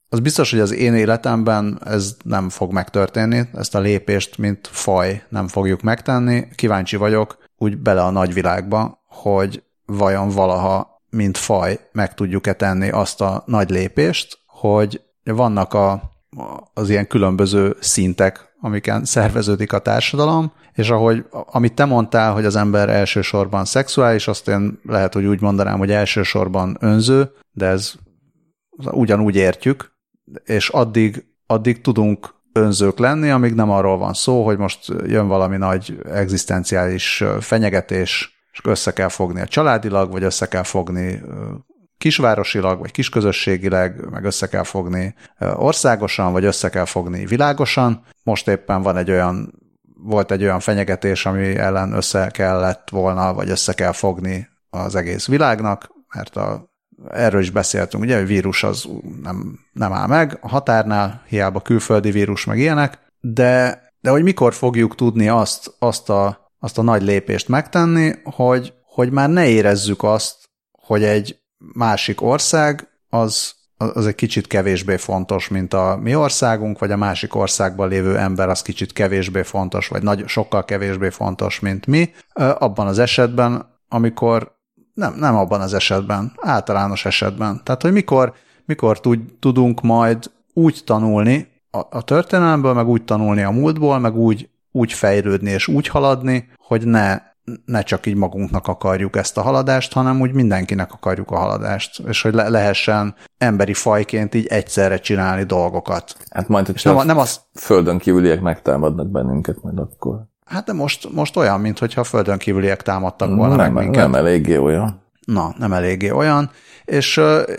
az biztos, hogy az én életemben ez nem fog megtörténni, ezt a lépést, mint faj nem fogjuk megtenni. Kíváncsi vagyok úgy bele a nagyvilágba, hogy vajon valaha, mint faj meg tudjuk-e tenni azt a nagy lépést, hogy vannak a, az ilyen különböző szintek, amiken szerveződik a társadalom, és ahogy, amit te mondtál, hogy az ember elsősorban szexuális, azt én lehet, hogy úgy mondanám, hogy elsősorban önző, de ez ugyanúgy értjük, és addig, addig tudunk önzők lenni, amíg nem arról van szó, hogy most jön valami nagy egzisztenciális fenyegetés, és össze kell fogni a családilag, vagy össze kell fogni kisvárosilag, vagy kisközösségileg, meg össze kell fogni országosan, vagy össze kell fogni világosan. Most éppen van egy olyan, volt egy olyan fenyegetés, ami ellen össze kellett volna, vagy össze kell fogni az egész világnak, mert a, erről is beszéltünk, ugye, hogy vírus az nem, nem áll meg a határnál, hiába külföldi vírus, meg ilyenek, de, de hogy mikor fogjuk tudni azt, azt, a, azt a nagy lépést megtenni, hogy, hogy már ne érezzük azt, hogy egy másik ország az, az egy kicsit kevésbé fontos, mint a mi országunk, vagy a másik országban lévő ember az kicsit kevésbé fontos, vagy nagy, sokkal kevésbé fontos, mint mi. Abban az esetben, amikor, nem, nem abban az esetben, általános esetben. Tehát, hogy mikor, mikor tud, tudunk majd úgy tanulni a, a történelemből, meg úgy tanulni a múltból, meg úgy, úgy fejlődni és úgy haladni, hogy ne ne csak így magunknak akarjuk ezt a haladást, hanem úgy mindenkinek akarjuk a haladást, és hogy le- lehessen emberi fajként így egyszerre csinálni dolgokat. Hát majd, hogy nem, nem az... földön kívüliek megtámadnak bennünket majd akkor. Hát de most, most olyan, mintha a földön kívüliek támadtak volna nem, meg minket. Nem eléggé olyan. Na, nem eléggé olyan, és,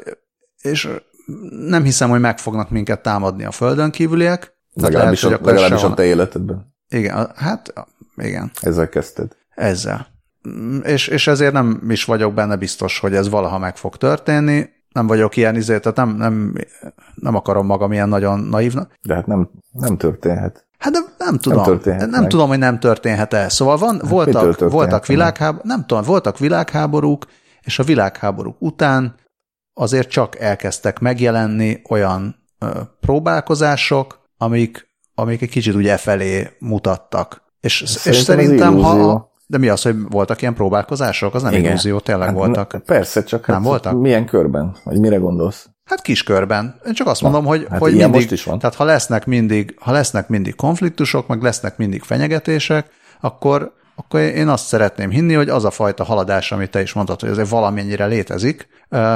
és nem hiszem, hogy meg fognak minket támadni a földön kívüliek. Legalábbis, lehet, a, legalábbis a te életedben. Igen, hát igen. Ezzel kezdted. Ezzel. És, és ezért nem is vagyok benne biztos, hogy ez valaha meg fog történni. Nem vagyok ilyen izé, tehát nem, nem, nem akarom magam ilyen nagyon naívnak. De hát nem, nem történhet. Hát de nem tudom. Nem, nem tudom, hogy nem történhet-e. Szóval van, hát voltak, voltak, világháb... nem tudom, voltak világháborúk, és a világháborúk után azért csak elkezdtek megjelenni olyan ö, próbálkozások, amik, amik egy kicsit ugye felé mutattak. És szerintem, és szerintem ha... De mi az, hogy voltak ilyen próbálkozások? Az nem igen. Illúzió, tényleg hát, voltak. Persze, csak nem hát voltak? Milyen körben? Vagy mire gondolsz? Hát kis körben. Én csak azt Na, mondom, hogy, hát hogy mindig, most is van. Tehát ha lesznek, mindig, ha lesznek mindig konfliktusok, meg lesznek mindig fenyegetések, akkor, akkor én azt szeretném hinni, hogy az a fajta haladás, amit te is mondtad, hogy azért valamennyire létezik,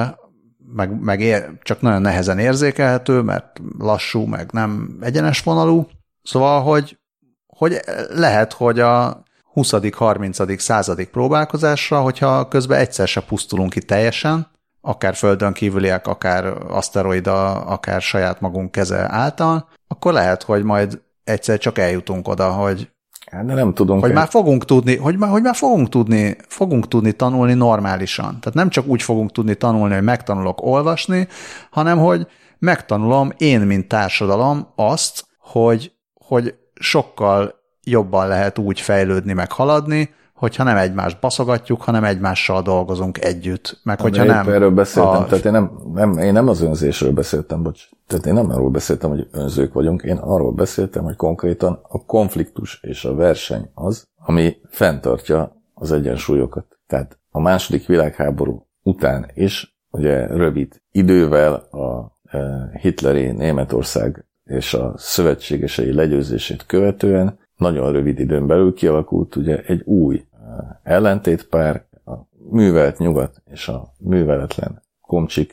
meg, meg ér, csak nagyon nehezen érzékelhető, mert lassú, meg nem egyenes vonalú. Szóval, hogy, hogy lehet, hogy a huszadik, harmincadik századik próbálkozásra, hogyha közben egyszer se pusztulunk ki teljesen, akár földön kívüliek, akár aszteroida, akár saját magunk keze által, akkor lehet, hogy majd egyszer csak eljutunk oda, hogy, de nem tudunk hogy már fogunk tudni, hogy már, hogy már fogunk tudni, fogunk tudni tanulni normálisan. Tehát nem csak úgy fogunk tudni tanulni, hogy megtanulok olvasni, hanem hogy megtanulom én, mint társadalom azt, hogy, hogy sokkal jobban lehet úgy fejlődni, meg haladni, hogyha nem egymást baszogatjuk, hanem egymással dolgozunk együtt. Meg hogyha nem... Erről beszéltem, a... tehát én nem, nem, én nem az önzésről beszéltem, bocs. Tehát én nem arról beszéltem, hogy önzők vagyunk, én arról beszéltem, hogy konkrétan a konfliktus és a verseny az, ami fenntartja az egyensúlyokat. Tehát a második világháború után is, ugye rövid idővel a hitleri Németország és a szövetségesei legyőzését követően nagyon rövid időn belül kialakult ugye egy új ellentétpár, a művelt nyugat és a műveletlen komcsik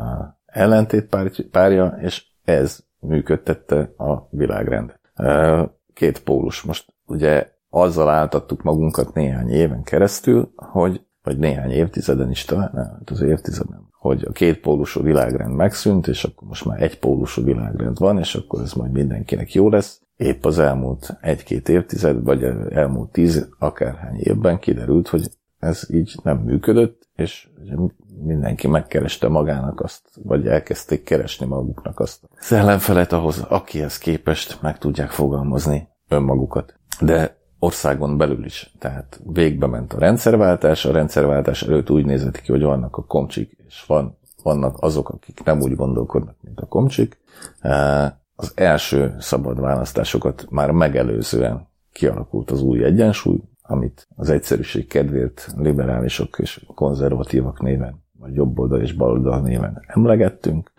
ellentétpárja, és ez működtette a világrendet. Két pólus. Most ugye azzal áltattuk magunkat néhány éven keresztül, hogy, vagy néhány évtizeden is talán, nem, az évtizeden, hogy a két pólusú világrend megszűnt, és akkor most már egy pólusú világrend van, és akkor ez majd mindenkinek jó lesz. Épp az elmúlt egy-két évtized, vagy elmúlt tíz akárhány évben kiderült, hogy ez így nem működött, és mindenki megkereste magának azt, vagy elkezdték keresni maguknak azt az ellenfelet ahhoz, akihez képest meg tudják fogalmazni önmagukat. De országon belül is, tehát végbe ment a rendszerváltás, a rendszerváltás előtt úgy nézett ki, hogy vannak a komcsik, és van vannak azok, akik nem úgy gondolkodnak, mint a komcsik. Az első szabad választásokat már megelőzően kialakult az új egyensúly, amit az egyszerűség kedvéért liberálisok és konzervatívak néven, vagy jobboldal és baloldal néven emlegettünk.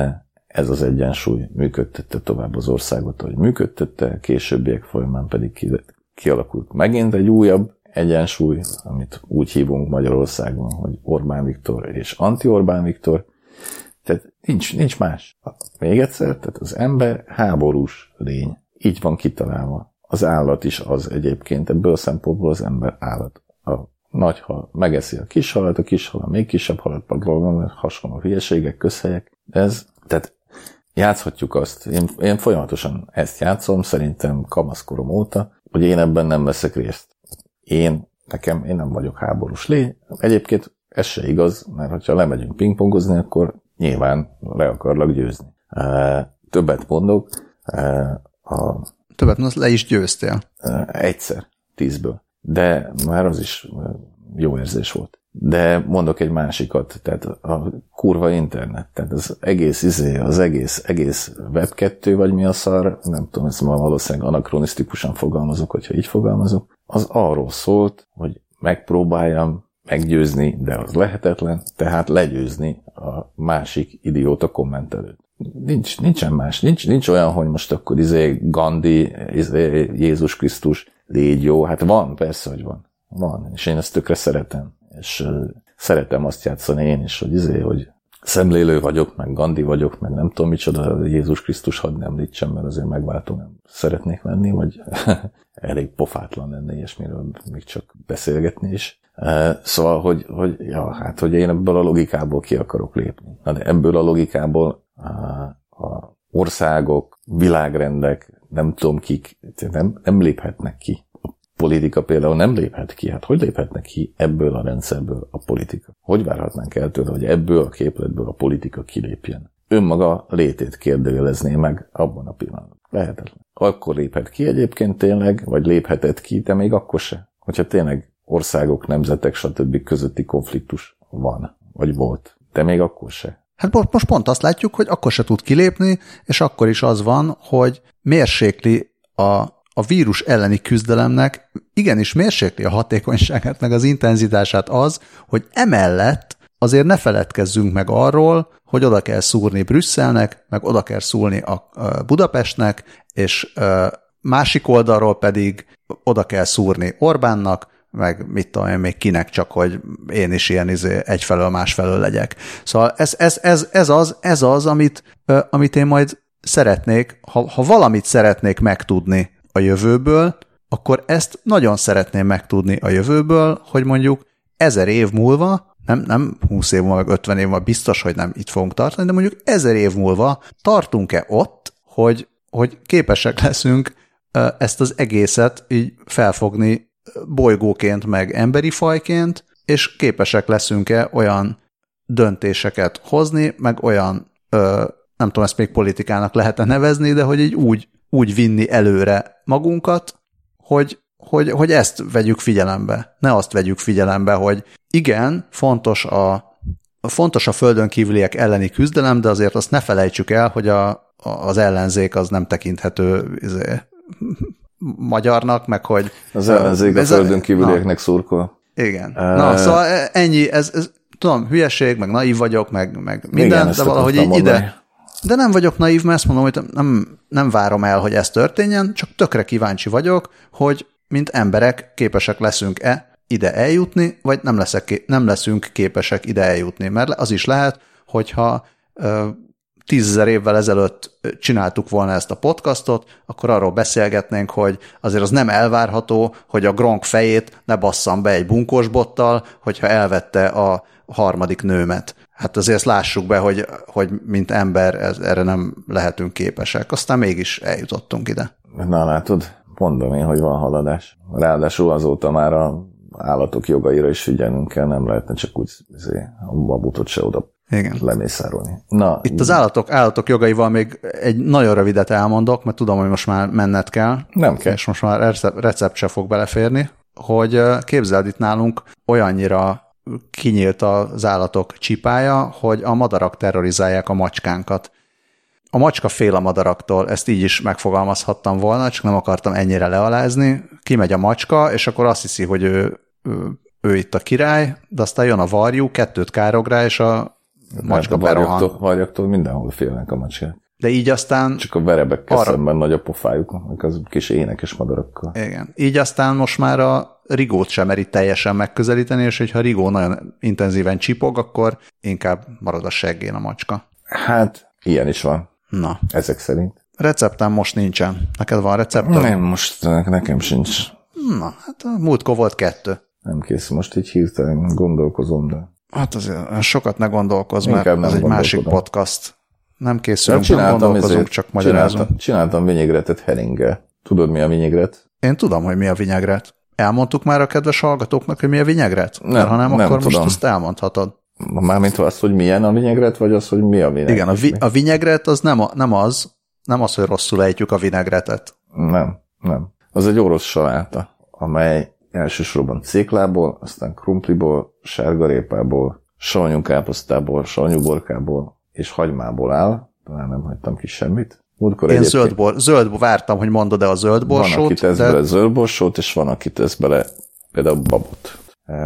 Ez az egyensúly működtette tovább az országot, ahogy működtette, későbbiek folyamán pedig kialakult megint egy újabb egyensúly, amit úgy hívunk Magyarországon, hogy Orbán Viktor és anti-Orbán Viktor. Tehát nincs, nincs más. Még egyszer, tehát az ember háborús lény. Így van kitalálva. Az állat is az egyébként, ebből a szempontból az ember állat. A nagy hal megeszi a kis halat, a kis hal a még kisebb halat, hasonló hülyeségek, közhelyek. Ez, tehát játszhatjuk azt. Én, én folyamatosan ezt játszom, szerintem kamaszkorom óta, hogy én ebben nem veszek részt. Én, nekem, én nem vagyok háborús lény. Egyébként ez se igaz, mert ha lemegyünk pingpongozni, akkor nyilván le akarlak győzni. E, többet mondok. E, a, többet mondok, le is győztél. E, egyszer, tízből. De már az is jó érzés volt. De mondok egy másikat, tehát a kurva internet, tehát az egész izé, az egész, egész web kettő, vagy mi a szar, nem tudom, ezt ma valószínűleg anakronisztikusan fogalmazok, hogyha így fogalmazok, az arról szólt, hogy megpróbáljam meggyőzni, de az lehetetlen, tehát legyőzni a másik idióta kommentelőt. Nincs, nincsen más, nincs, nincs olyan, hogy most akkor izé Gandhi, izé Jézus Krisztus, légy jó, hát van, persze, hogy van. Van, és én ezt tökre szeretem. És uh, szeretem azt játszani én is, hogy izé, hogy szemlélő vagyok, meg Gandhi vagyok, meg nem tudom micsoda, Jézus Krisztus hadd nem említsem, mert azért megváltó nem szeretnék lenni, vagy elég pofátlan lenni, és miről még csak beszélgetni is. Uh, szóval, hogy, hogy, ja, hát, hogy én ebből a logikából ki akarok lépni. Na de ebből a logikából uh, a országok, világrendek, nem tudom kik, nem, nem léphetnek ki. Politika például nem léphet ki. Hát hogy léphetnek ki ebből a rendszerből a politika? Hogy várhatnánk el tőle, hogy ebből a képletből a politika kilépjen? Önmaga létét kérdőjelezné meg abban a pillanatban. Lehetetlen. Akkor léphet ki egyébként tényleg, vagy léphetett ki, de még akkor se. Hogyha tényleg országok, nemzetek, stb. Közötti konfliktus van, vagy volt. De még akkor se. Hát most pont azt látjuk, hogy akkor se tud kilépni, és akkor is az van, hogy mérsékli a a vírus elleni küzdelemnek igenis mérsékli a hatékonyságát, meg az intenzitását az, hogy emellett azért ne feledkezzünk meg arról, hogy oda kell szúrni Brüsszelnek, meg oda kell szúrni a Budapestnek, és másik oldalról pedig oda kell szúrni Orbánnak, meg mit tudom én még kinek, csak hogy én is ilyen izé egyfelől másfelől legyek. Szóval ez, ez, ez, ez, az, ez az, amit, amit én majd szeretnék, ha, ha valamit szeretnék megtudni a jövőből, akkor ezt nagyon szeretném megtudni a jövőből, hogy mondjuk ezer év múlva, nem, nem húsz év múlva, meg ötven év múlva, biztos, hogy nem itt fogunk tartani, de mondjuk ezer év múlva tartunk-e ott, hogy, hogy képesek leszünk ezt az egészet így felfogni bolygóként, meg emberi fajként, és képesek leszünk-e olyan döntéseket hozni, meg olyan, nem tudom, ezt még politikának lehet-e nevezni, de hogy így úgy úgy vinni előre magunkat, hogy, hogy, hogy ezt vegyük figyelembe. Ne azt vegyük figyelembe, hogy igen, fontos a, fontos a földön kívüliek elleni küzdelem, de azért azt ne felejtsük el, hogy a, az ellenzék az nem tekinthető izé, magyarnak, meg hogy... Az ellenzék a földön kívülieknek szurkol. Igen. Uh, Na, szóval ennyi, ez, ez tudom, hülyeség, meg naív vagyok, meg, meg minden, igen, de valahogy így ide... De nem vagyok naív, mert ezt mondom, hogy nem, nem várom el, hogy ez történjen, csak tökre kíváncsi vagyok, hogy mint emberek képesek leszünk-e ide eljutni, vagy nem, leszek, nem leszünk képesek ide eljutni. Mert az is lehet, hogyha tízezer évvel ezelőtt csináltuk volna ezt a podcastot, akkor arról beszélgetnénk, hogy azért az nem elvárható, hogy a Gronk fejét ne basszam be egy bunkósbottal, hogyha elvette a harmadik nőmet. Hát azért ezt lássuk be, hogy, hogy mint ember ez, erre nem lehetünk képesek. Aztán mégis eljutottunk ide. Na látod, mondom én, hogy van haladás. Ráadásul azóta már a állatok jogaira is figyelnünk kell, nem lehetne csak úgy a babutot se oda igen. lemészárolni. Na, itt az állatok, állatok jogaival még egy nagyon rövidet elmondok, mert tudom, hogy most már menned kell. Nem kell. És most már recept se fog beleférni, hogy képzeld, itt nálunk olyannyira kinyílt az állatok csipája, hogy a madarak terrorizálják a macskánkat. A macska fél a madaraktól, ezt így is megfogalmazhattam volna, csak nem akartam ennyire lealázni. Kimegy a macska, és akkor azt hiszi, hogy ő, ő, ő itt a király, de aztán jön a varjú, kettőt károg rá, és a macska a berohan. Varjaktól, varjaktól mindenhol félnek a macskák. De így aztán... Csak a verebekkel arra... szemben nagy a pofájuk, az kis énekes madarakkal. Igen. Így aztán most már a rigót sem meri teljesen megközelíteni, és hogyha a rigó nagyon intenzíven csipog, akkor inkább marad a seggén a macska. Hát, ilyen is van. Na. Ezek szerint. Receptem most nincsen. Neked van receptem? Nem, most nekem sincs. Na, hát a múltkor volt kettő. Nem kész, most így hirtelen gondolkozom, de... Hát azért sokat ne gondolkozz, mert Inkább ez egy másik podcast. Nem készülünk, nem, nem gondolkozunk, ezért, csak magyarázunk. Csináltam, csináltam vinyegretet heringgel. Tudod, mi a vinyegret? Én tudom, hogy mi a vinyegret. Elmondtuk már a kedves hallgatóknak, hogy mi a vinyegret? Nem, ha nem, nem akkor tudom. Most azt elmondhatod. Mármint az, hogy milyen a vinyegret, vagy az, hogy mi a vinegret? Igen, a, vi- a vinyegret az nem, a, nem az, nem az, hogy rosszul ejtjük a vinegretet. Nem, nem. Az egy orosz saláta, amely elsősorban céklából, aztán krumpliból, sárgarépából, savanyú káposztából, savanyú borkából és hagymából áll. Talán nem hagytam ki semmit. Múltkor Én zöldbor, zöld, vártam, hogy mondod-e a zöldborsót. Van, aki tesz de... bele zöldborsót, és van, aki tesz bele például babot.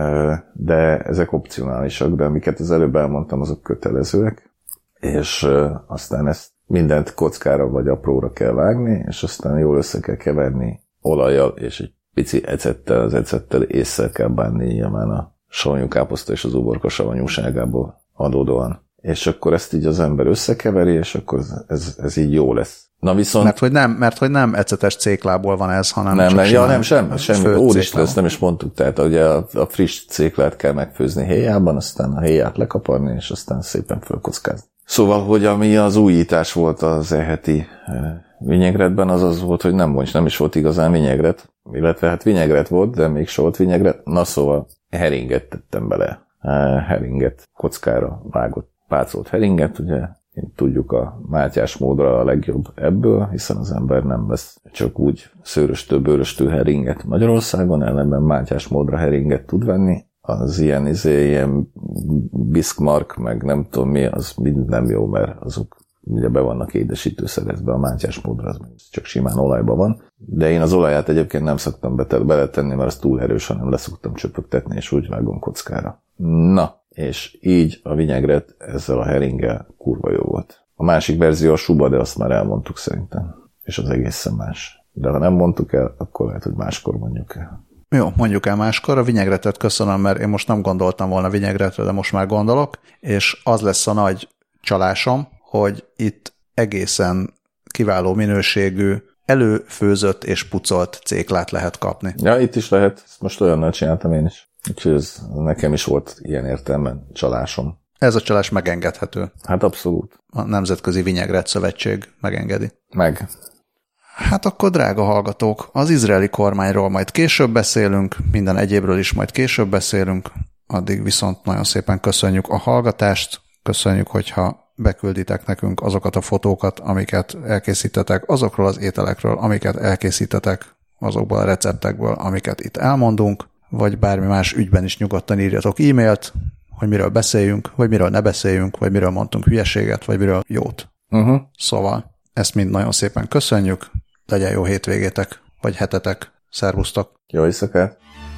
De ezek opcionálisak, de amiket az előbb elmondtam, azok kötelezőek. És aztán ezt mindent kockára vagy apróra kell vágni, és aztán jól össze kell keverni olajjal, és egy pici ecettel, az ecettel ésszel kell bánni, nyilván a savanyú káposzta és az uborka savanyúságából adódóan. És akkor ezt így az ember összekeveri, és akkor ez, ez így jó lesz. Na viszont... Mert hogy nem, mert hogy nem ecetes céklából van ez, hanem nem, csak nem, ja, nem, sem, semmi. Úristen, ezt nem is mondtuk. Tehát ugye a, a friss céklát kell megfőzni héjában, aztán a héját lekaparni, és aztán szépen fölkockázni. Szóval, hogy ami az újítás volt az e-heti vinyegretben, az az volt, hogy nem, nem is volt igazán vinyegret, illetve hát vinyegret volt, de még se volt vinyegret. Na szóval heringet tettem bele. Heringet, kockára vágott, pácolt heringet, ugye tudjuk, a Mátyás módra a legjobb ebből, hiszen az ember nem vesz csak úgy szőröstől, bőröstől heringet Magyarországon, ellenben Mátyás módra heringet tud venni. Az ilyen, izé, ilyen Bismarck, meg nem tudom mi, az mind nem jó, mert azok ugye be vannak édesítőszerezve, a Mátyás módra az csak simán olajban van. De én az olaját egyébként nem szoktam beletenni, mert az túl erős, hanem leszoktam csöpögtetni, és úgy vágom kockára. Na, és így a vinyegret ezzel a heringgel kurva jó volt. A másik verzió a suba, de azt már elmondtuk szerintem. És az egészen más. De ha nem mondtuk el, akkor lehet, hogy máskor mondjuk el. Jó, mondjuk el máskor. A vinyegretet köszönöm, mert én most nem gondoltam volna vinyegretre, de most már gondolok, és az lesz a nagy csalásom, hogy itt egészen kiváló minőségű, előfőzött és pucolt céklát lehet kapni. Ja, itt is lehet. Ezt most olyannal csináltam én is. Úgyhogy ez nekem is volt ilyen értelemben csalásom. Ez a csalás megengedhető. Hát abszolút. A Nemzetközi Vinyegret Szövetség megengedi. Meg. Hát akkor, drága hallgatók, az izraeli kormányról majd később beszélünk, minden egyébről is majd később beszélünk, addig viszont nagyon szépen köszönjük a hallgatást, köszönjük, hogyha bekülditek nekünk azokat a fotókat, amiket elkészítetek, azokról az ételekről, amiket elkészítetek, azokból a receptekből, amiket itt elmondunk, vagy bármi más ügyben is nyugodtan írjatok e-mailt, hogy miről beszéljünk, vagy miről ne beszéljünk, vagy miről mondtunk hülyeséget, vagy miről jót. Uh-huh. Szóval ezt mind nagyon szépen köszönjük, legyen jó hétvégétek, vagy hetetek. Szervusztok! Jó éjszakát!